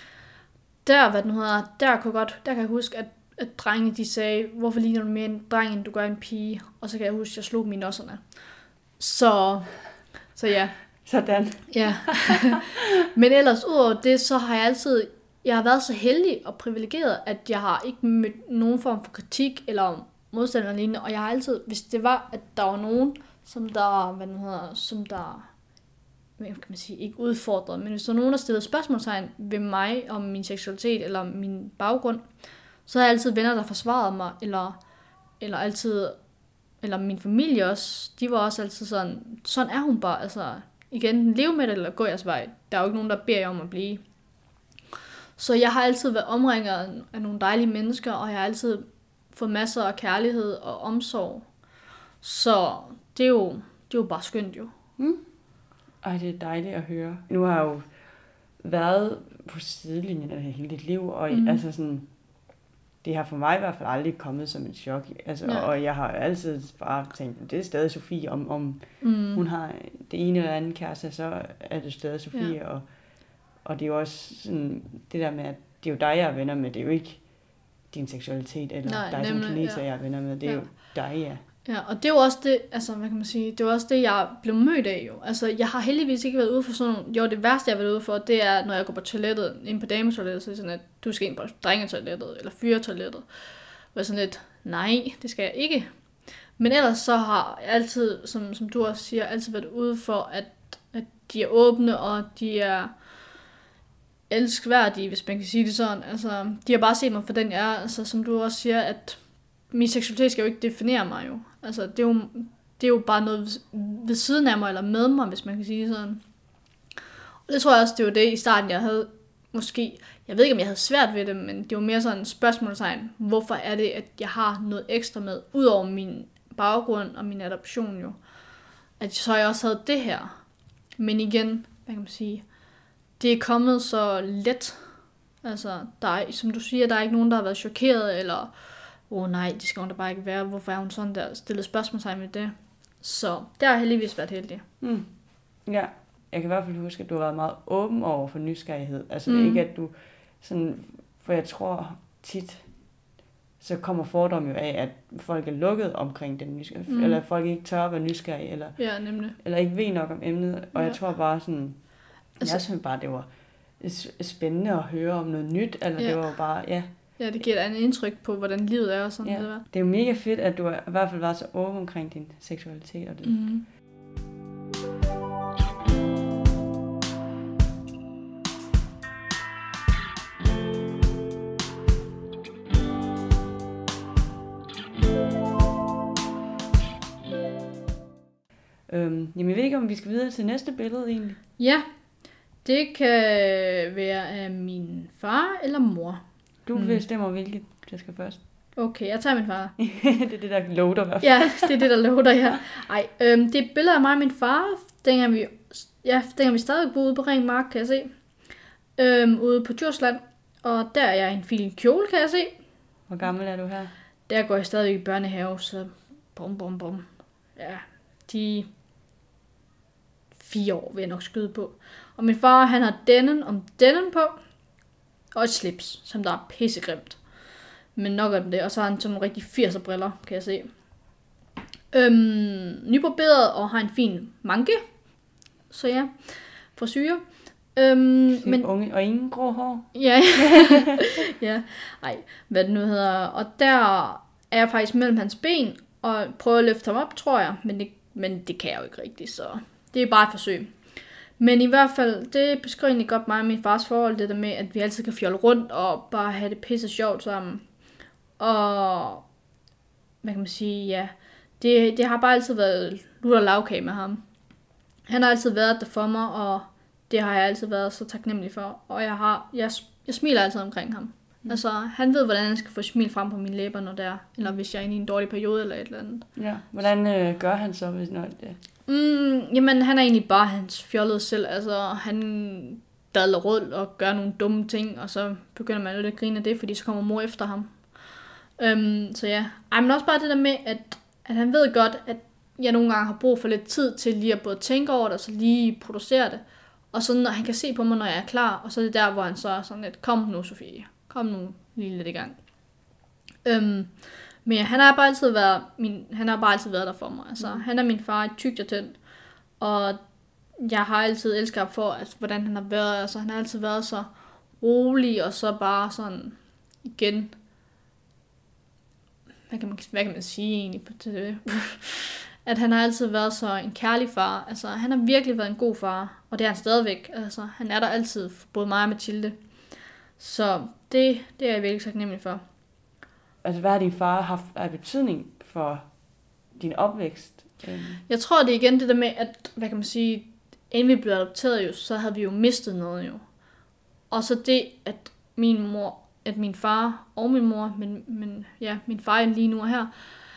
Der kan jeg huske, at drenge de sagde, hvorfor ligner du mere en dreng, end du gør en pige? Og så kan jeg huske, at jeg slog mine nosserne. Så ja. Sådan. Ja. Men ellers udover det, så har jeg har været så heldig og privilegeret, at jeg har ikke mødt nogen form for kritik eller modstand eller lignende. Og jeg har altid, hvis det var, at der var nogen, som der kan man sige, ikke udfordret, men hvis der er nogen, der stillede spørgsmålstegn ved mig om min seksualitet eller min baggrund, så har jeg altid venner, der forsvarede mig, eller min familie også, de var også altid sådan er hun bare, altså igen, leve med det, eller gå jeres vej. Der er jo ikke nogen, der beder jer om at blive. Så jeg har altid været omringet af nogle dejlige mennesker, og jeg har altid fået masser af kærlighed og omsorg. Så det er jo bare skønt jo. Ej, det er dejligt at høre. Nu har jeg jo været på sidelinjen af hele dit liv, og altså sådan, det har for mig i hvert fald aldrig kommet som et chok. Altså, ja. Og jeg har altid bare tænkt, det er stadig Sofie, om hun har det ene eller andet kæreste, så er det stadig Sofie. Ja. Og det er jo også sådan, det der med, at det er jo dig, jeg er venner med, det er jo ikke din seksualitet, eller dig som kineser, jeg er venner med, det er jo dig, ja. Ja, og det er jo også det, altså, hvad kan man sige, det er også det, jeg blev mødt af jo. Altså, jeg har heldigvis ikke været ude for sådan nogle, jo, det værste, jeg har været ude for, det er, når jeg går på toilettet, ind på dametoilettet, så er det sådan, at du skal ind på drengetoilettet, eller fyretoilettet. Og sådan lidt, nej, det skal jeg ikke. Men ellers så har jeg altid, som du også siger, altid været ude for, at de er åbne, og de er elskværdige, hvis man kan sige det sådan. Altså, de har bare set mig for den, jeg er. Altså, som du også siger, at min seksualitet skal jo ikke definere mig jo. Altså, det er jo bare noget ved siden af mig, eller med mig, hvis man kan sige sådan. Det tror jeg også, det var det i starten, jeg havde måske, jeg ved ikke, om jeg havde svært ved det, men det var mere sådan en spørgsmålstegn. Hvorfor er det, at jeg har noget ekstra med, ud over min baggrund og min adoption jo, at så jeg også havde det her. Men igen, hvad kan man sige, det er kommet så let. Altså, som du siger, der er ikke nogen, der har været chokeret, eller, nej, det skal hun da bare ikke være, hvorfor er hun sådan der, stillet spørgsmålstegn med det. Så det har heldigvis været heldig. Ja, jeg kan i hvert fald huske, at du har været meget åben over for nysgerrighed. Altså ikke, at du sådan, for jeg tror tit, så kommer fordomme jo af, at folk er lukket omkring den nysgerrighed, eller at folk ikke tør at være nysgerrige, eller ikke ved nok om emnet. Og jeg tror bare sådan, jeg synes bare, det var spændende at høre om noget nyt, eller det var jo bare, Ja, det giver et andet indtryk på, hvordan livet er og sådan noget. Det er jo mega fedt, at du i hvert fald var så åben omkring din seksualitet og det. Jamen, jeg ved ikke, om vi skal videre til næste billede egentlig. Ja, det kan være af min far eller mor. Du bestemmer, hvilket der skal først. Okay, jeg tager min far. Det er det, der loader i hvert fald. Ja, det er det, der loader, ja. Ej, det er et billede af mig og min far, dengang vi stadig boede ude på Ring Mark, kan jeg se. Ude på Djursland. Og der er jeg i en fin kjole, kan jeg se. Hvor gammel er du her? Der går jeg stadig i børnehave, så bum. Ja, de 4 år vil jeg nok skyde på. Og min far, han har dennen på, og et slips, som der er pissegrimt. Men nok om det, og så har han sådan nogle rigtig 80'er briller, kan jeg se. Nybarberet, og har en fin manke. Så ja, frisyre. Men unge, og ingen grå hår. Ja, ja. Ej, hvad det nu hedder. Og der er jeg faktisk mellem hans ben, og prøver at løfte ham op, tror jeg. Men det kan jeg jo ikke rigtigt, så det er bare et forsøg. Men i hvert fald, det beskriver egentlig godt mig og min fars forhold, det der med, at vi altid kan fjolle rundt og bare have det pisse sjovt sammen. Og, hvad kan man sige, ja, det har bare altid været lutter lavkage med ham. Han har altid været der for mig, og det har jeg altid været så taknemmelig for. Og jeg smiler altid omkring ham. Altså, han ved, hvordan jeg skal få smil frem på mine læber, når det er, eller hvis jeg er inde i en dårlig periode eller et eller andet. Ja, hvordan gør han så, hvis noget det? Jamen, han er egentlig bare hans fjollede selv. Altså, han dadler rundt og gør nogle dumme ting, og så begynder man lidt at grine af det, fordi så kommer mor efter ham. Så ja. Men også bare det der med, at han ved godt, at jeg nogle gange har brug for lidt tid til lige at både tænke over det, og så lige producere det. Og så når han kan se på mig, når jeg er klar, og så er det der, hvor han så er sådan lidt, kom nu, Sofie. Kom nu lige lidt i gang. Men ja, han har bare altid været der for mig. Altså, han er min far, et tykt og tyndt. Og jeg har altid elsket ham for, at, hvordan han har været. Altså, han har altid været så rolig, og så bare sådan igen. Hvad kan man sige egentlig på det? At han har altid været så en kærlig far. Altså, han har virkelig været en god far. Og det er han stadigvæk. Altså, han er der altid for både mig og Mathilde. Så det er jeg virkelig taknemmelig for. Altså, hvad har din far haft af betydning for din opvækst? Jeg tror, det er igen det der med, at, hvad kan man sige, inden vi blev adopteret jo, så havde vi jo mistet noget jo. Og så det, at min far og min mor, men ja, min far lige nu er her,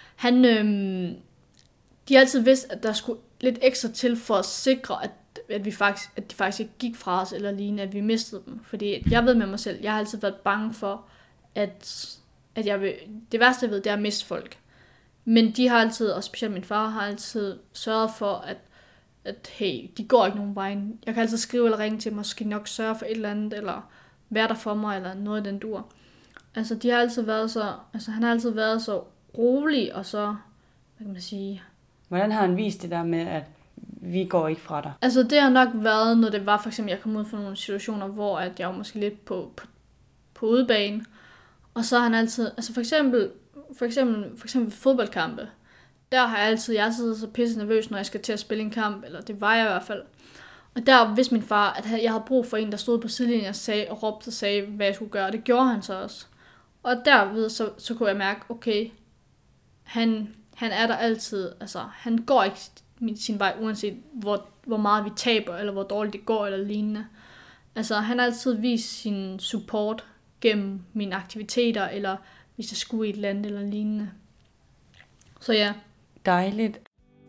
de har altid vidst, at der skulle lidt ekstra til for at sikre, at de faktisk ikke gik fra os, eller lignende, at vi mistede dem. Fordi jeg ved med mig selv, jeg har altid været bange for, at det værste jeg ved, det er at miste folk. Men de har altid, og specielt min far, har altid sørget for, at hey, de går ikke nogen vej. Jeg kan altid skrive eller ringe til dem, og skal nok sørge for et eller andet, eller være der for mig, eller noget i den dur. Altså, han har altid været så rolig, og så, hvad kan man sige... Hvordan har han vist det der med, at vi går ikke fra dig? Altså, det har nok været, når det var, for eksempel, jeg kom ud fra nogle situationer, hvor at jeg var måske lidt på udebane, og så har han altid, altså for eksempel fodboldkampe, der har jeg altid så pisse nervøs, når jeg skal til at spille en kamp, eller det var jeg i hvert fald. Og der vidste min far, at jeg havde brug for en, der stod på sidelinjen og råbte og sagde, hvad jeg skulle gøre. Det gjorde han så også. Og derved så kunne jeg mærke, okay, han er der altid. Altså, han går ikke sin vej, uanset hvor meget vi taber, eller hvor dårligt det går, eller lignende. Altså, han har altid vist sin support gennem mine aktiviteter, eller hvis jeg skulle i et land eller lignende. Så ja. Dejligt.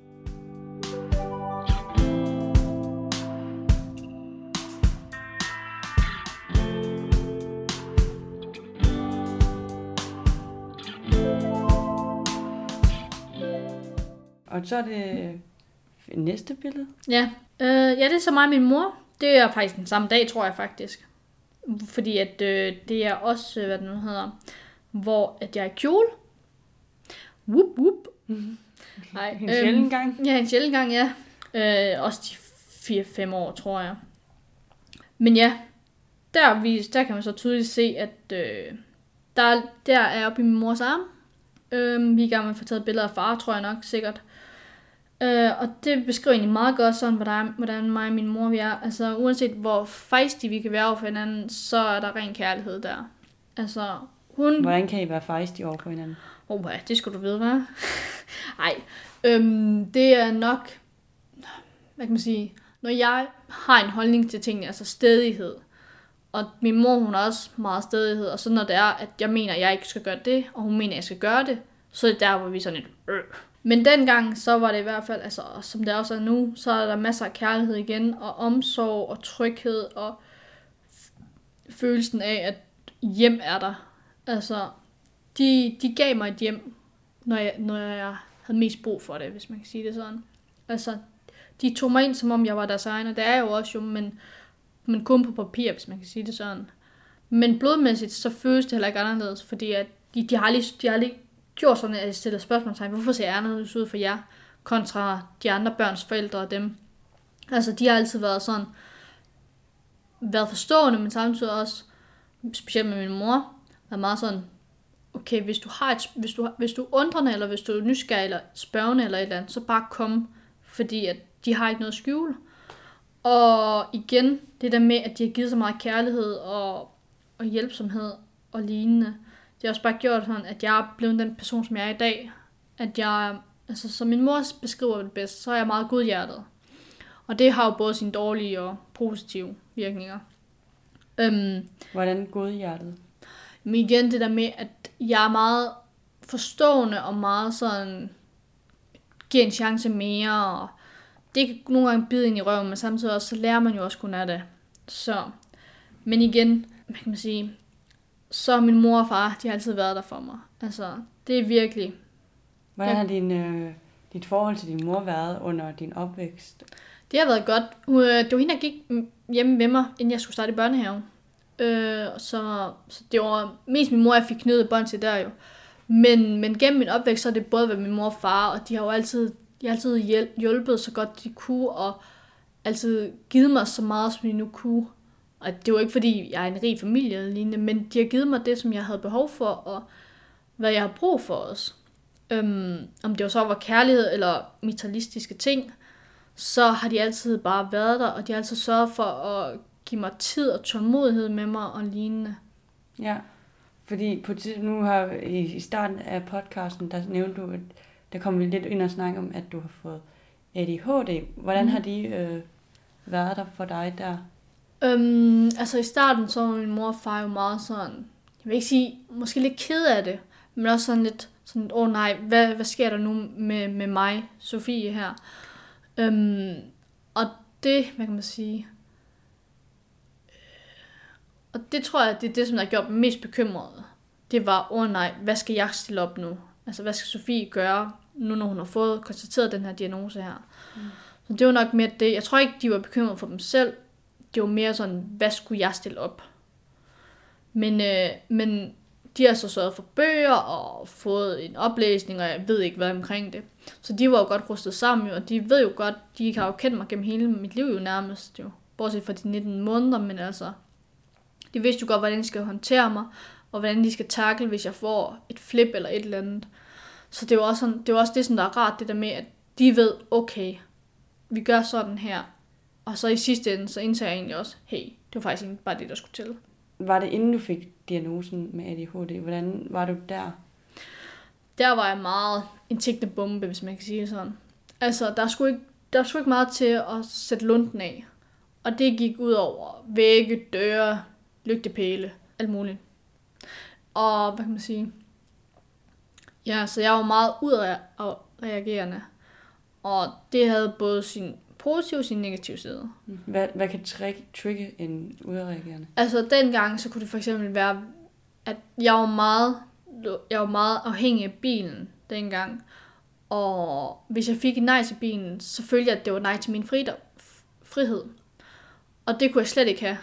Og så er det næste billede. Ja, det er så mig og min mor. Det er faktisk den samme dag, tror jeg faktisk. Fordi at det er også, hvad det nu hedder, hvor at jeg er i kjole. Whoop, whoop. Ej, en sjælden gang. Ja, en sjælden gang, ja. Også de 4-5 år, tror jeg. Men ja, der kan man så tydeligt se, at der er oppe i min mors arm. Vi er i gang med at få taget billeder af far, tror jeg nok, sikkert. Og det beskriver egentlig meget godt sådan, hvordan mig og min mor vi er. Altså uanset hvor fejsty vi kan være over for hinanden, så er der ren kærlighed der. Altså Hvordan kan I være fejsty over for hinanden? Ja, det skulle du vide, hva'? Ej, det er nok, hvad kan man sige, når jeg har en holdning til tingene, altså stædighed. Og min mor, hun har også meget stædighed, og så når det er, at jeg mener, at jeg ikke skal gøre det, og hun mener, at jeg skal gøre det, så er det der, hvor vi sådan et Men dengang, så var det i hvert fald, altså som det også er nu, så er der masser af kærlighed igen, og omsorg og tryghed, og følelsen af, at hjem er der. Altså, de gav mig et hjem, når jeg havde mest brug for det, hvis man kan sige det sådan. Altså, de tog mig ind, som om jeg var deres egen, og det er jeg jo også, men kun på papir, hvis man kan sige det sådan. Men blodmæssigt, så føles det heller ikke anderledes, fordi at de har lige gjort sådan, at jeg stiller spørgsmålstegn, hvorfor ser jeg anderledes ud for jer, kontra de andre børns forældre og dem. Altså, de har altid været forstående, men samtidig også, specielt med min mor, er meget sådan, okay, hvis du er undrende, eller hvis du er nysgerrig, eller spørgende, eller et eller andet, så bare kom, fordi at de har ikke noget at skjule. Og igen, det der med, at de har givet så meget kærlighed og hjælpsomhed og lignende, det har også bare gjort sådan, at jeg er blevet den person, som jeg er i dag. At jeg, altså som min mor beskriver det bedst, så er jeg meget godhjertet. Og det har jo både sine dårlige og positive virkninger. Hvordan godhjertet? Men igen det der med, at jeg er meget forstående og meget sådan, giver en chance mere, og det kan nogle gange bide ind i røven, men samtidig også, så lærer man jo også kun af det. Så, men igen, hvad kan man sige, så min mor og far, de har altid været der for mig. Altså, det er virkelig. Hvordan har dit forhold til din mor været under din opvækst? Det har været godt. Det var hende, der gik hjemme med mig, inden jeg skulle starte i børnehave. Så det var mest min mor, jeg fik knyttet bånd til der jo. Men gennem min opvækst, så er det både været min mor og far, og de har jo altid hjulpet så godt de kunne, og altid givet mig så meget, som de nu kunne. Og det var ikke fordi, jeg er en rig familie eller lignende, men de har givet mig det, som jeg havde behov for, og hvad jeg har brug for også. Om det så var kærlighed eller materialistiske ting, så har de altid bare været der, og de har altid sørget for at give mig tid og tålmodighed med mig og lignende. Ja, fordi nu har i starten af podcasten, der nævnte du, at der kom vi lidt ind og snakke om, at du har fået ADHD. Hvordan har de været der for dig der? Altså i starten, så var min mor og far jo meget sådan, jeg vil ikke sige, måske lidt ked af det, men også sådan lidt, nej, hvad sker der nu med mig, Sofie her? Og det, hvad kan man sige, og det tror jeg, det er det, som der har gjort mig mest bekymret. Det var, nej, hvad skal jeg stille op nu? Altså, hvad skal Sofie gøre, nu når hun har fået konstateret den her diagnose her? Så det var nok mere det. Jeg tror ikke, de var bekymret for dem selv. Det var mere sådan, hvad skulle jeg stille op? Men de har så sørget for bøger og fået en oplæsning, og jeg ved ikke hvad omkring det. Så de var jo godt rustet sammen, og de ved jo godt, de har jo kendt mig gennem hele mit liv jo nærmest, jo. Bortset fra de 19 måneder, men altså, de vidste jo godt, hvordan de skal håndtere mig, og hvordan de skal tackle, hvis jeg får et flip eller et eller andet. Så det var også det, som der er rart, det der med, at de ved, okay, vi gør sådan her. Og så i sidste ende, så indser jeg egentlig også, hey, det var faktisk ikke bare det, der skulle til. Var det inden du fik diagnosen med ADHD? Hvordan var du der? Der var jeg meget en tikkende bombe, hvis man kan sige det sådan. Altså, der er sgu ikke meget til at sætte lunden af. Og det gik ud over vægge, døre, lygtepæle, alt muligt. Og hvad kan man sige? Ja, så jeg var meget udreagerende. Og det havde både sin positive og sin negative side. Hvad kan trigge en udreagerende? Altså dengang, så kunne det for eksempel være, at jeg var meget afhængig af bilen dengang. Og hvis jeg fik et nej til bilen, så følte jeg, at det var nej til min frihed. Og det kunne jeg slet ikke have.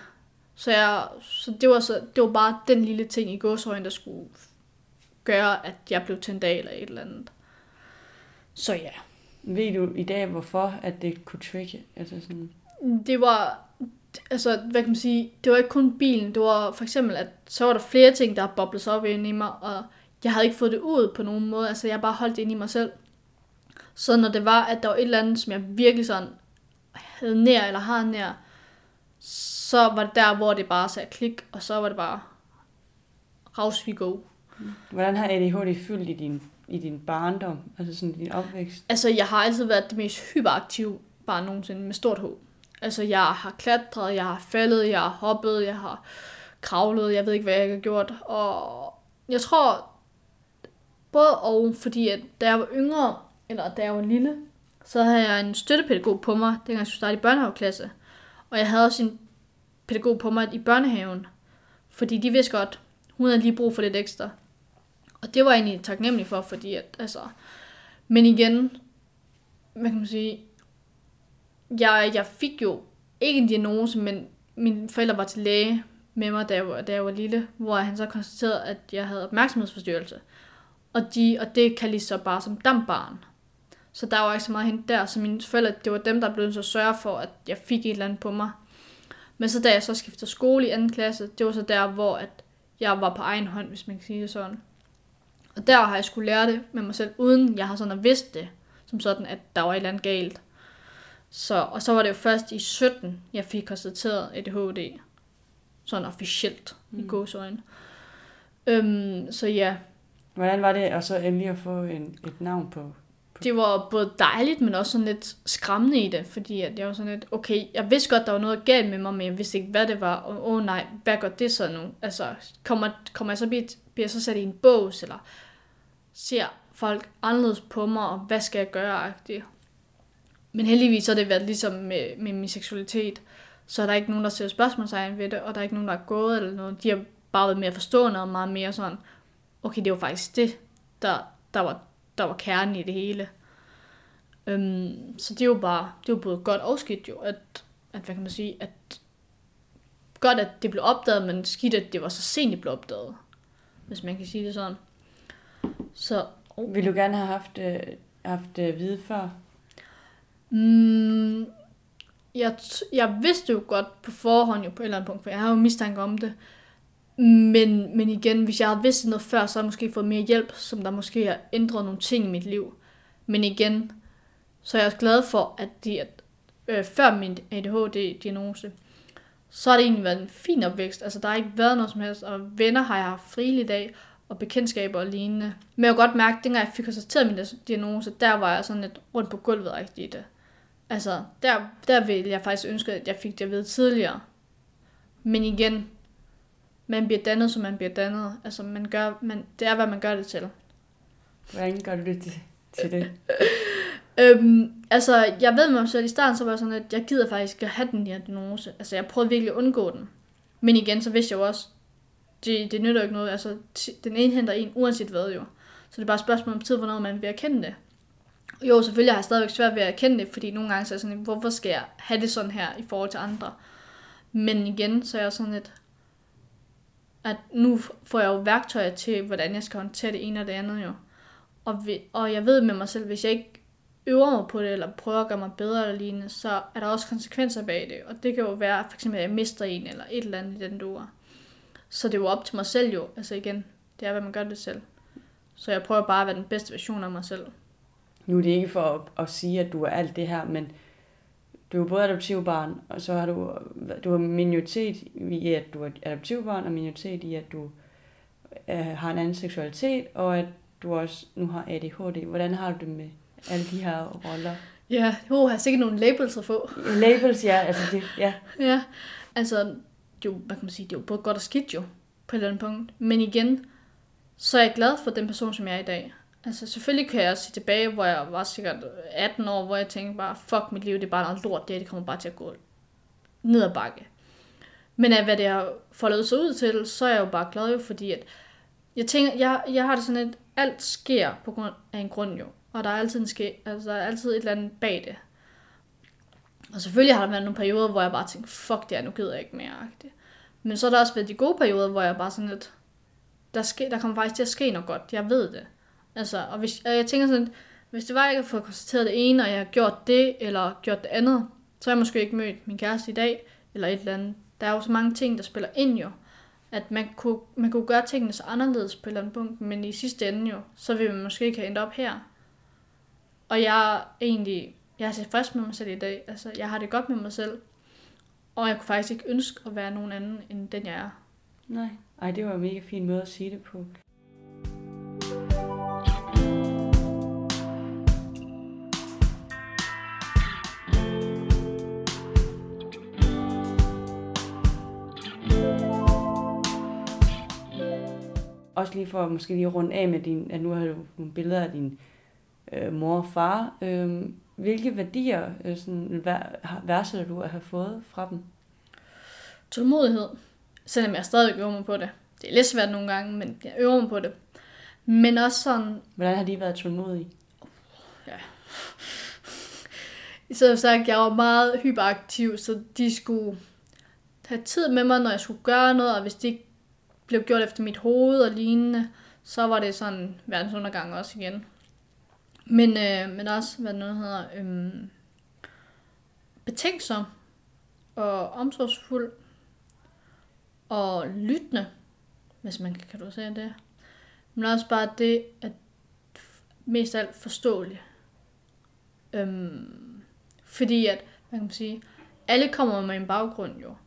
Så det var bare den lille ting i gåseøjne, der skulle gøre, at jeg blev tændt af eller et eller andet. Så ja. Ved du i dag, hvorfor at det kunne trigge? Altså sådan... Det var, altså hvad kan man sige, det var ikke kun bilen. Det var for eksempel, at så var der flere ting, der boblede sig op inde i mig, og jeg havde ikke fået det ud på nogen måde. Altså jeg bare holdt det inde i mig selv. Så når det var, at der var et eller andet, som jeg virkelig sådan havde nær eller har nær, så var det der, hvor det bare sagde klik, og så var det bare raus vi go. Hvordan har ADHD fyldt i din barndom, altså sådan din opvækst? Altså, jeg har altid været det mest hyperaktive barn nogensinde med stort H. Altså, jeg har klatret, jeg har faldet, jeg har hoppet, jeg har kravlet, jeg ved ikke, hvad jeg har gjort. Og jeg tror, både og, fordi at da jeg var yngre, eller da jeg var lille, så havde jeg en støttepædagog på mig, dengang jeg skulle starte i børnehaveklasse. Og jeg havde også en pædagog på mig i børnehaven, fordi de vidste godt, hun havde lige brug for lidt ekstra. Og det var jeg egentlig taknemmelig for, fordi at, altså... Men igen, hvad kan man sige... Jeg fik jo ikke en diagnose, men mine forældre var til læge med mig, da jeg var lille, hvor han så konstaterede, at jeg havde opmærksomhedsforstyrrelse. Og det kaldte så bare som dampbarn. Så der var ikke så meget hent der, så mine forældre, det var dem, der blev så sørge for, at jeg fik et eller andet på mig. Men så da jeg så skiftede skole i 2. klasse, det var så der, hvor at jeg var på egen hånd, hvis man kan sige det sådan. Og der har jeg skulle lære det med mig selv, uden jeg har sådan vidst det, som sådan, at der var et eller andet galt. Og så var det jo først i 17, jeg fik konstateret ADHD. Sådan officielt i gåseøjne. Så ja. Hvordan var det at så endelig at få et navn på? Det var både dejligt, men også sådan lidt skræmmende i det, fordi at jeg var sådan lidt, okay, jeg vidste godt, der var noget galt med mig, men jeg vidste ikke, hvad det var, og nej, hvad gør det så nu? Altså, kommer jeg så bliver så sat i en bås, eller ser folk anderledes på mig, og hvad skal jeg gøre? Men heldigvis har det været ligesom med min seksualitet, så er der ikke nogen, der ser spørgsmålstegn ved det, og der er ikke nogen, der er gået eller noget. De har bare været mere forstående og meget mere sådan, okay, det var faktisk det, der var kernen i det hele. Så det var både godt og skidt jo, at hvad kan man sige, at godt, at det blev opdaget, men skidt, at det var så sent, det blev opdaget, hvis man kan sige det sådan. Så vil du gerne have haft vide før? Jeg vidste jo godt på forhånd jo på et eller andet punkt, for jeg har jo mistanke om det. Men igen, hvis jeg havde vidst noget før, så havde jeg måske fået mere hjælp, som der måske har ændret nogle ting i mit liv. Men igen, så er jeg også glad for, at før min ADHD-diagnose, så har det egentlig været en fin opvækst. Altså, der har ikke været noget som helst, og venner har jeg haft rigeligt af, og bekendtskaber og lignende. Men jeg kunne godt mærke, at dengang jeg fik konstateret min diagnose, der var jeg sådan lidt rundt på gulvet rigtig i det. Altså, der ville jeg faktisk ønske, at jeg fik det at vide tidligere. Men igen, man bliver dannet, som man bliver dannet. Altså, det er, hvad man gør det til. Hvordan gør du det til det? Altså, jeg ved med mig selv, i starten så var jeg sådan, at jeg gider faktisk ikke at have den her diagnose. Altså, jeg prøvede virkelig at undgå den. Men igen, så vidste jeg jo også, det nytter jo ikke noget. Altså, den indhenter en, uanset hvad jo. Så det er bare et spørgsmål om tid, hvornår man vil erkende det. Jo, selvfølgelig har jeg stadigvæk svært ved at erkende det, fordi nogle gange så er jeg sådan, hvorfor skal jeg have det sådan her i forhold til andre? Men igen, så er jeg sådan lidt, at nu får jeg jo værktøjer til, hvordan jeg skal håndtere det ene og det andet jo. Og jeg ved med mig selv, hvis jeg ikke øver mig på det, eller prøver at gøre mig bedre eller lignende, så er der også konsekvenser bag det. Og det kan jo være, for eksempel, at jeg mister en, eller et eller andet i den duer. Så det er jo op til mig selv jo. Altså igen, det er, hvad man gør det selv. Så jeg prøver bare at være den bedste version af mig selv. Nu er det ikke for at sige, at du er alt det her, men du er både adoptivbarn, og så har du har minoritet i, at du er adoptivbarn, og minoritet i, at du har en anden seksualitet, og at du også nu har ADHD. Hvordan har du det med alle de her roller. Ja, har sikkert nogle labels at få. Labels, ja. Altså det, ja. Ja, altså, jo, hvad kan man sige, det er jo både godt og skidt jo, på et eller andet punkt. Men igen, så er jeg glad for den person, som jeg er i dag. Altså, selvfølgelig kan jeg se tilbage, hvor jeg var sikkert 18 år, hvor jeg tænkte bare, fuck mit liv, det er bare noget lort, det kommer bare til at gå ned ad bakke. Men af hvad det har foldet sig ud til, så er jeg jo bare glad jo, fordi at jeg tænker, jeg har det sådan, at alt sker på grund af en grund jo. Og der er altid et eller andet bag det. Og selvfølgelig har der været nogle perioder, hvor jeg bare tænkte, fuck det her, nu gider jeg ikke mere. Men så har der også været de gode perioder, hvor jeg bare sådan lidt, der kommer faktisk til at ske noget godt, jeg ved det. Altså, og jeg tænker sådan, hvis det var, at jeg havde fået konstateret det ene, og jeg har gjort det, eller gjort det andet, så har jeg måske ikke mødt min kæreste i dag, eller et eller andet. Der er jo så mange ting, der spiller ind jo, at man kunne gøre tingene så anderledes på et eller andet punkt, men i sidste ende jo, så vil man måske ikke have endt op her. Og jeg er tilfreds med mig selv i dag. Altså, jeg har det godt med mig selv, og jeg kunne faktisk ikke ønske at være nogen anden, end den jeg er. Nej. Ej, det var en mega fin måde at sige det på. Også lige for måske lige runde af med at nu har du nogle billeder af din mor og far. Hvilke værdier værdsætter du at have fået fra dem? Tålmodighed. Selvom jeg stadig øver mig på det. Det er lidt svært nogle gange, men jeg øver mig på det. Men også sådan... Hvordan har de været tålmodige? Ja. Så har sagt, jeg var meget hyperaktiv, så de skulle have tid med mig, når jeg skulle gøre noget, og hvis det ikke blev gjort efter mit hoved og lignende, så var det sådan verdensundergang også igen. Men også, hvad noget hedder, betænksom og omsorgsfuld og lyttende, hvis man kan du sige det. Men også bare det, at mest af alt forståeligt. Fordi at, hvad kan man sige, alle kommer med en baggrund jo.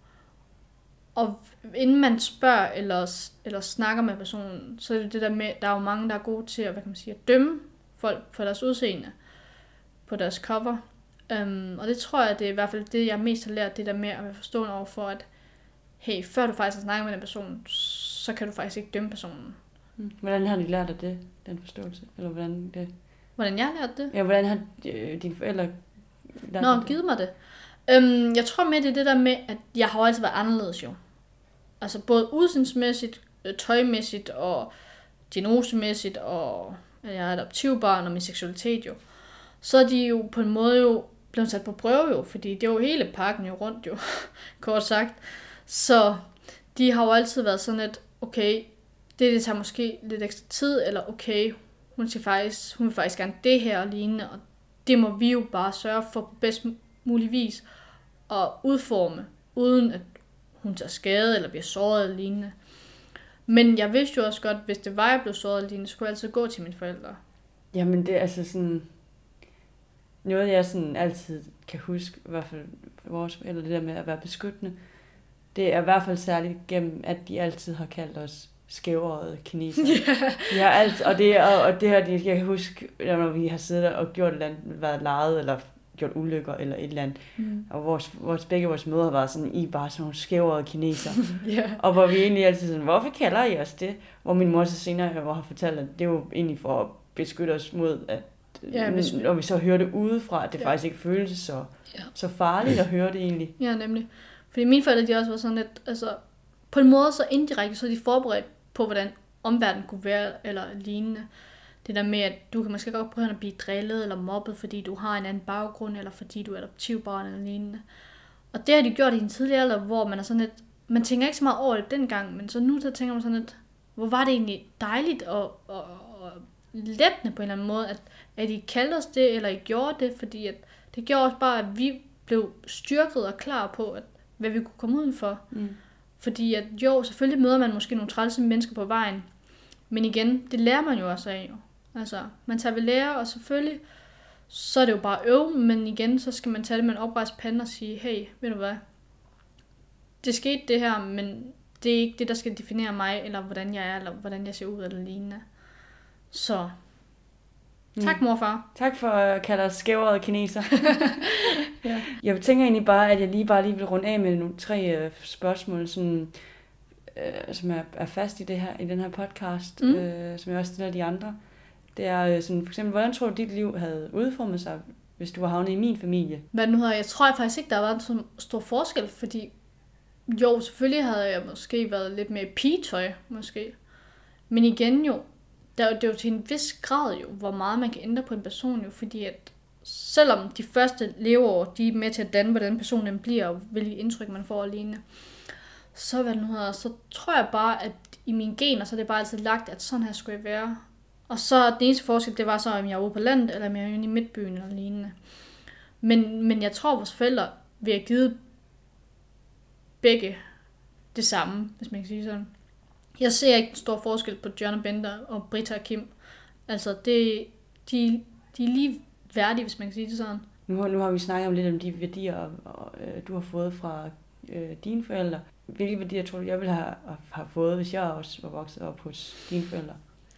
Og inden man spørger eller snakker med personen, så er det det der med, der er jo mange, der er gode til at, hvad kan man sige, at dømme folk på deres udseende, på deres cover. Og det tror jeg, det er i hvert fald det, jeg mest har lært, det der med at være forstående over for, at hey, før du faktisk har snakket med den person, så kan du faktisk ikke dømme personen. Hvordan har de lært af det, den forståelse? Eller hvordan det? Hvordan jeg har lært det? Ja, hvordan har dine forældre lært det? Givet mig det. Jeg tror med, det er det der med, at jeg har altid været anderledes jo. Altså både udseendsmæssigt, tøjmæssigt og diagnosemæssigt, og jeg er adoptivbarn og min seksualitet jo. Så er de jo på en måde jo blevet sat på prøve jo, fordi det er jo hele pakken jo rundt jo, kort sagt. Så de har jo altid været sådan et, okay, det tager måske lidt ekstra tid, eller okay, hun vil faktisk gerne det her og lignende, og det må vi jo bare sørge for på bedst mulig vis at udforme, uden at hun tager skade eller bliver såret eller lignende. Men jeg vidste jo også godt, hvis det var, jeg blev såret eller lignende, så skulle jeg altid gå til mine forældre. Jamen det er altså sådan noget, jeg sådan altid kan huske, i hvert fald vores forældre, det der med at være beskyttende. Det er i hvert fald særligt gennem, at de altid har kaldt os skævårede kineser. Yeah. De har altid, og det her, jeg kan huske, når vi har siddet og gjort et eller andet, været leget, eller gjort ulykker, eller et eller andet. Og begge vores mødre har været sådan, I er bare sådan nogle skævårede kineser. Yeah. Og hvor vi egentlig altid sådan, hvorfor kalder I os det? Hvor min mor så senere har fortalt, at det er jo egentlig for at beskytte os mod, at når vi så hører det udefra, at det faktisk ikke føles så farligt at høre det egentlig. Ja, nemlig. Fordi mine forældre, de også var sådan lidt, altså på en måde så indirekte, så er de forberedt på, hvordan omverdenen kunne være, eller lignende. Det der med, at du kan måske godt prøve at blive drillet eller mobbet, fordi du har en anden baggrund, eller fordi du er adoptivbarn eller lignende. Og det har de gjort i en tidlig alder, hvor man er sådan lidt, man tænker ikke så meget over det dengang, men så nu så tænker man sådan lidt, hvor var det egentlig dejligt og lettende på en eller anden måde, at I kaldte os det, eller I gjorde det, fordi at det gjorde også bare, at vi blev styrket og klar på, at, hvad vi kunne komme udenfor. Fordi at jo, selvfølgelig møder man måske nogle trælse mennesker på vejen, men igen, det lærer man jo også af jo. Altså, man tager ved lære, og selvfølgelig, så er det jo bare øve, men igen, så skal man tage det med en oprejst pande og sige, hey, ved du hvad, det skete det her, men det er ikke det, der skal definere mig, eller hvordan jeg er, eller hvordan jeg ser ud, eller lignende. Så. Tak, morfar. Tak for at kalde os skævere kineser. Ja. Jeg tænker egentlig bare, at jeg lige vil runde af med nogle 3 spørgsmål, sådan, som er fast i den her podcast, som jeg også stiller de andre. Det er sådan, for eksempel, hvordan tror du, dit liv havde udformet sig, hvis du var havnet i min familie? Hvad nu hedder jeg? tror faktisk ikke, der har været en så stor forskel, fordi jo, selvfølgelig havde jeg måske været lidt mere pigetøj, måske. Men igen jo, det er jo til en vis grad jo, hvor meget man kan ændre på en person jo, fordi at selvom de første leveår, de er med til at danne, hvordan personen bliver, og hvilke indtryk man får alene, så tror jeg bare, at i mine gener, så er det bare altid lagt, at sådan her skulle jeg være. Og så den eneste forskel, det var så, om jeg er ude på landet, eller om jeg er inde i midtbyen eller lignende. Men jeg tror, vores forældre vil have givet begge det samme, hvis man kan sige sådan. Jeg ser ikke en stor forskel på John og Bender og Britta og Kim. Altså, de er lige værdige, hvis man kan sige det sådan. Nu har vi snakket om lidt om de værdier, du har fået fra dine forældre. Hvilke værdier tror du, jeg ville have fået, hvis jeg også var vokset op hos dine forældre?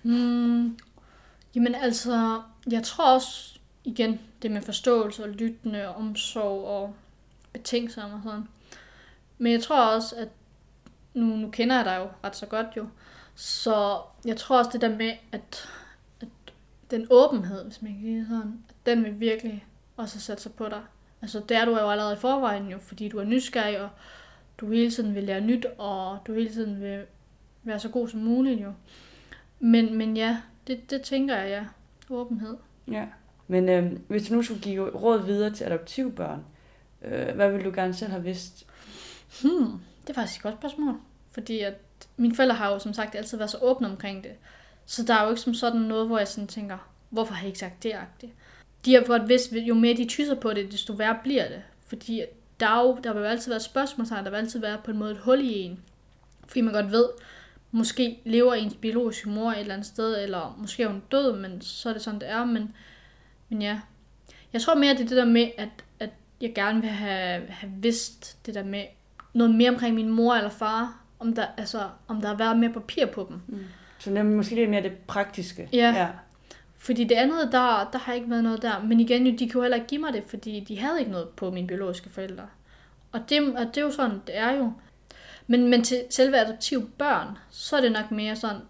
Jamen altså, jeg tror også, igen, det med forståelse og lyttende og omsorg og betænksom og sådan. Men jeg tror også, at nu kender jeg dig jo ret så godt jo, så jeg tror også det der med, at den åbenhed, hvis man kan sige sådan, at den vil virkelig også sætte sig på dig. Altså det er du jo allerede i forvejen jo, fordi du er nysgerrig, og du hele tiden vil lære nyt, og du hele tiden vil være så god som muligt jo. Men ja, det tænker jeg, ja. Åbenhed. Ja, men hvis du nu skulle give råd videre til adoptivbørn, hvad ville du gerne selv have vidst? Det er faktisk et godt spørgsmål. Fordi at mine forældre har jo som sagt altid været så åbne omkring det. Så der er jo ikke som sådan noget, hvor jeg sådan tænker, hvorfor har jeg ikke sagt det-agtigt? De har godt vidst, jo mere de tysser på det, desto værre bliver det. Fordi der vil jo altid være spørgsmålstegn, der vil altid være på en måde et hul i en. Fordi man godt ved, måske lever ens biologiske mor et eller andet sted, eller måske er hun død, men så er det sådan, det er. Men ja, jeg tror mere, det er det der med, at jeg gerne vil have vidst det der med noget mere omkring min mor eller far, om der har været mere papir på dem. Så det er måske lidt mere det praktiske. Ja. Fordi det andet, der har ikke været noget der. Men igen, de kunne jo heller ikke give mig det, fordi de havde ikke noget på mine biologiske forældre. Og det er jo sådan, det er jo. Men til selve adoptive børn, så er det nok mere sådan,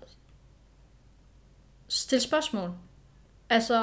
stille spørgsmål. Altså,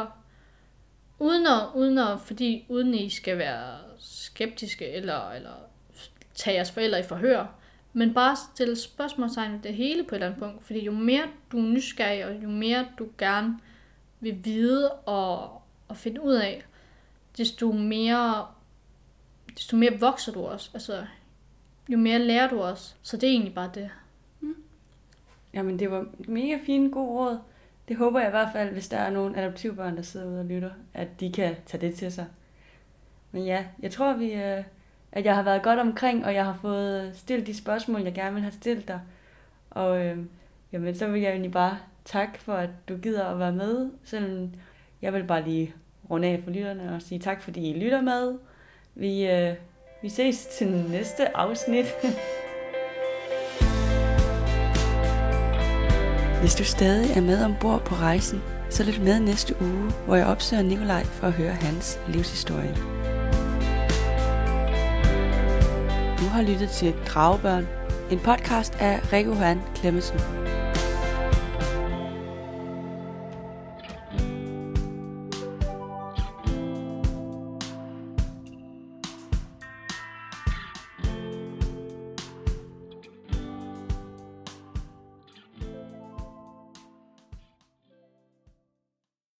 uden I skal være skeptiske, eller tage jeres forældre i forhør, men bare stille spørgsmålstegn ved det hele på et eller andet punkt. Fordi jo mere du er nysgerrig, og jo mere du gerne vil vide og finde ud af, desto mere vokser du også. Altså, jo mere lærer du også. Så det er egentlig bare det. Jamen, det var mega fine, gode råd. Det håber jeg i hvert fald, hvis der er nogle adoptivbørn, der sidder ude og lytter, at de kan tage det til sig. Men ja, jeg tror, at jeg har været godt omkring, og jeg har fået stillet de spørgsmål, jeg gerne vil have stillet dig. Og jamen, så vil jeg egentlig bare takke for, at du gider at være med. Selvom jeg vil bare lige runde af for lytterne og sige tak, fordi I lytter med. Vi ses til næste afsnit. Hvis du stadig er med ombord på rejsen, så lyt med næste uge, hvor jeg opsøger Nikolaj for at høre hans livshistorie. Du har lyttet til Dragebørn, en podcast af Rikke Johan Clemmensen.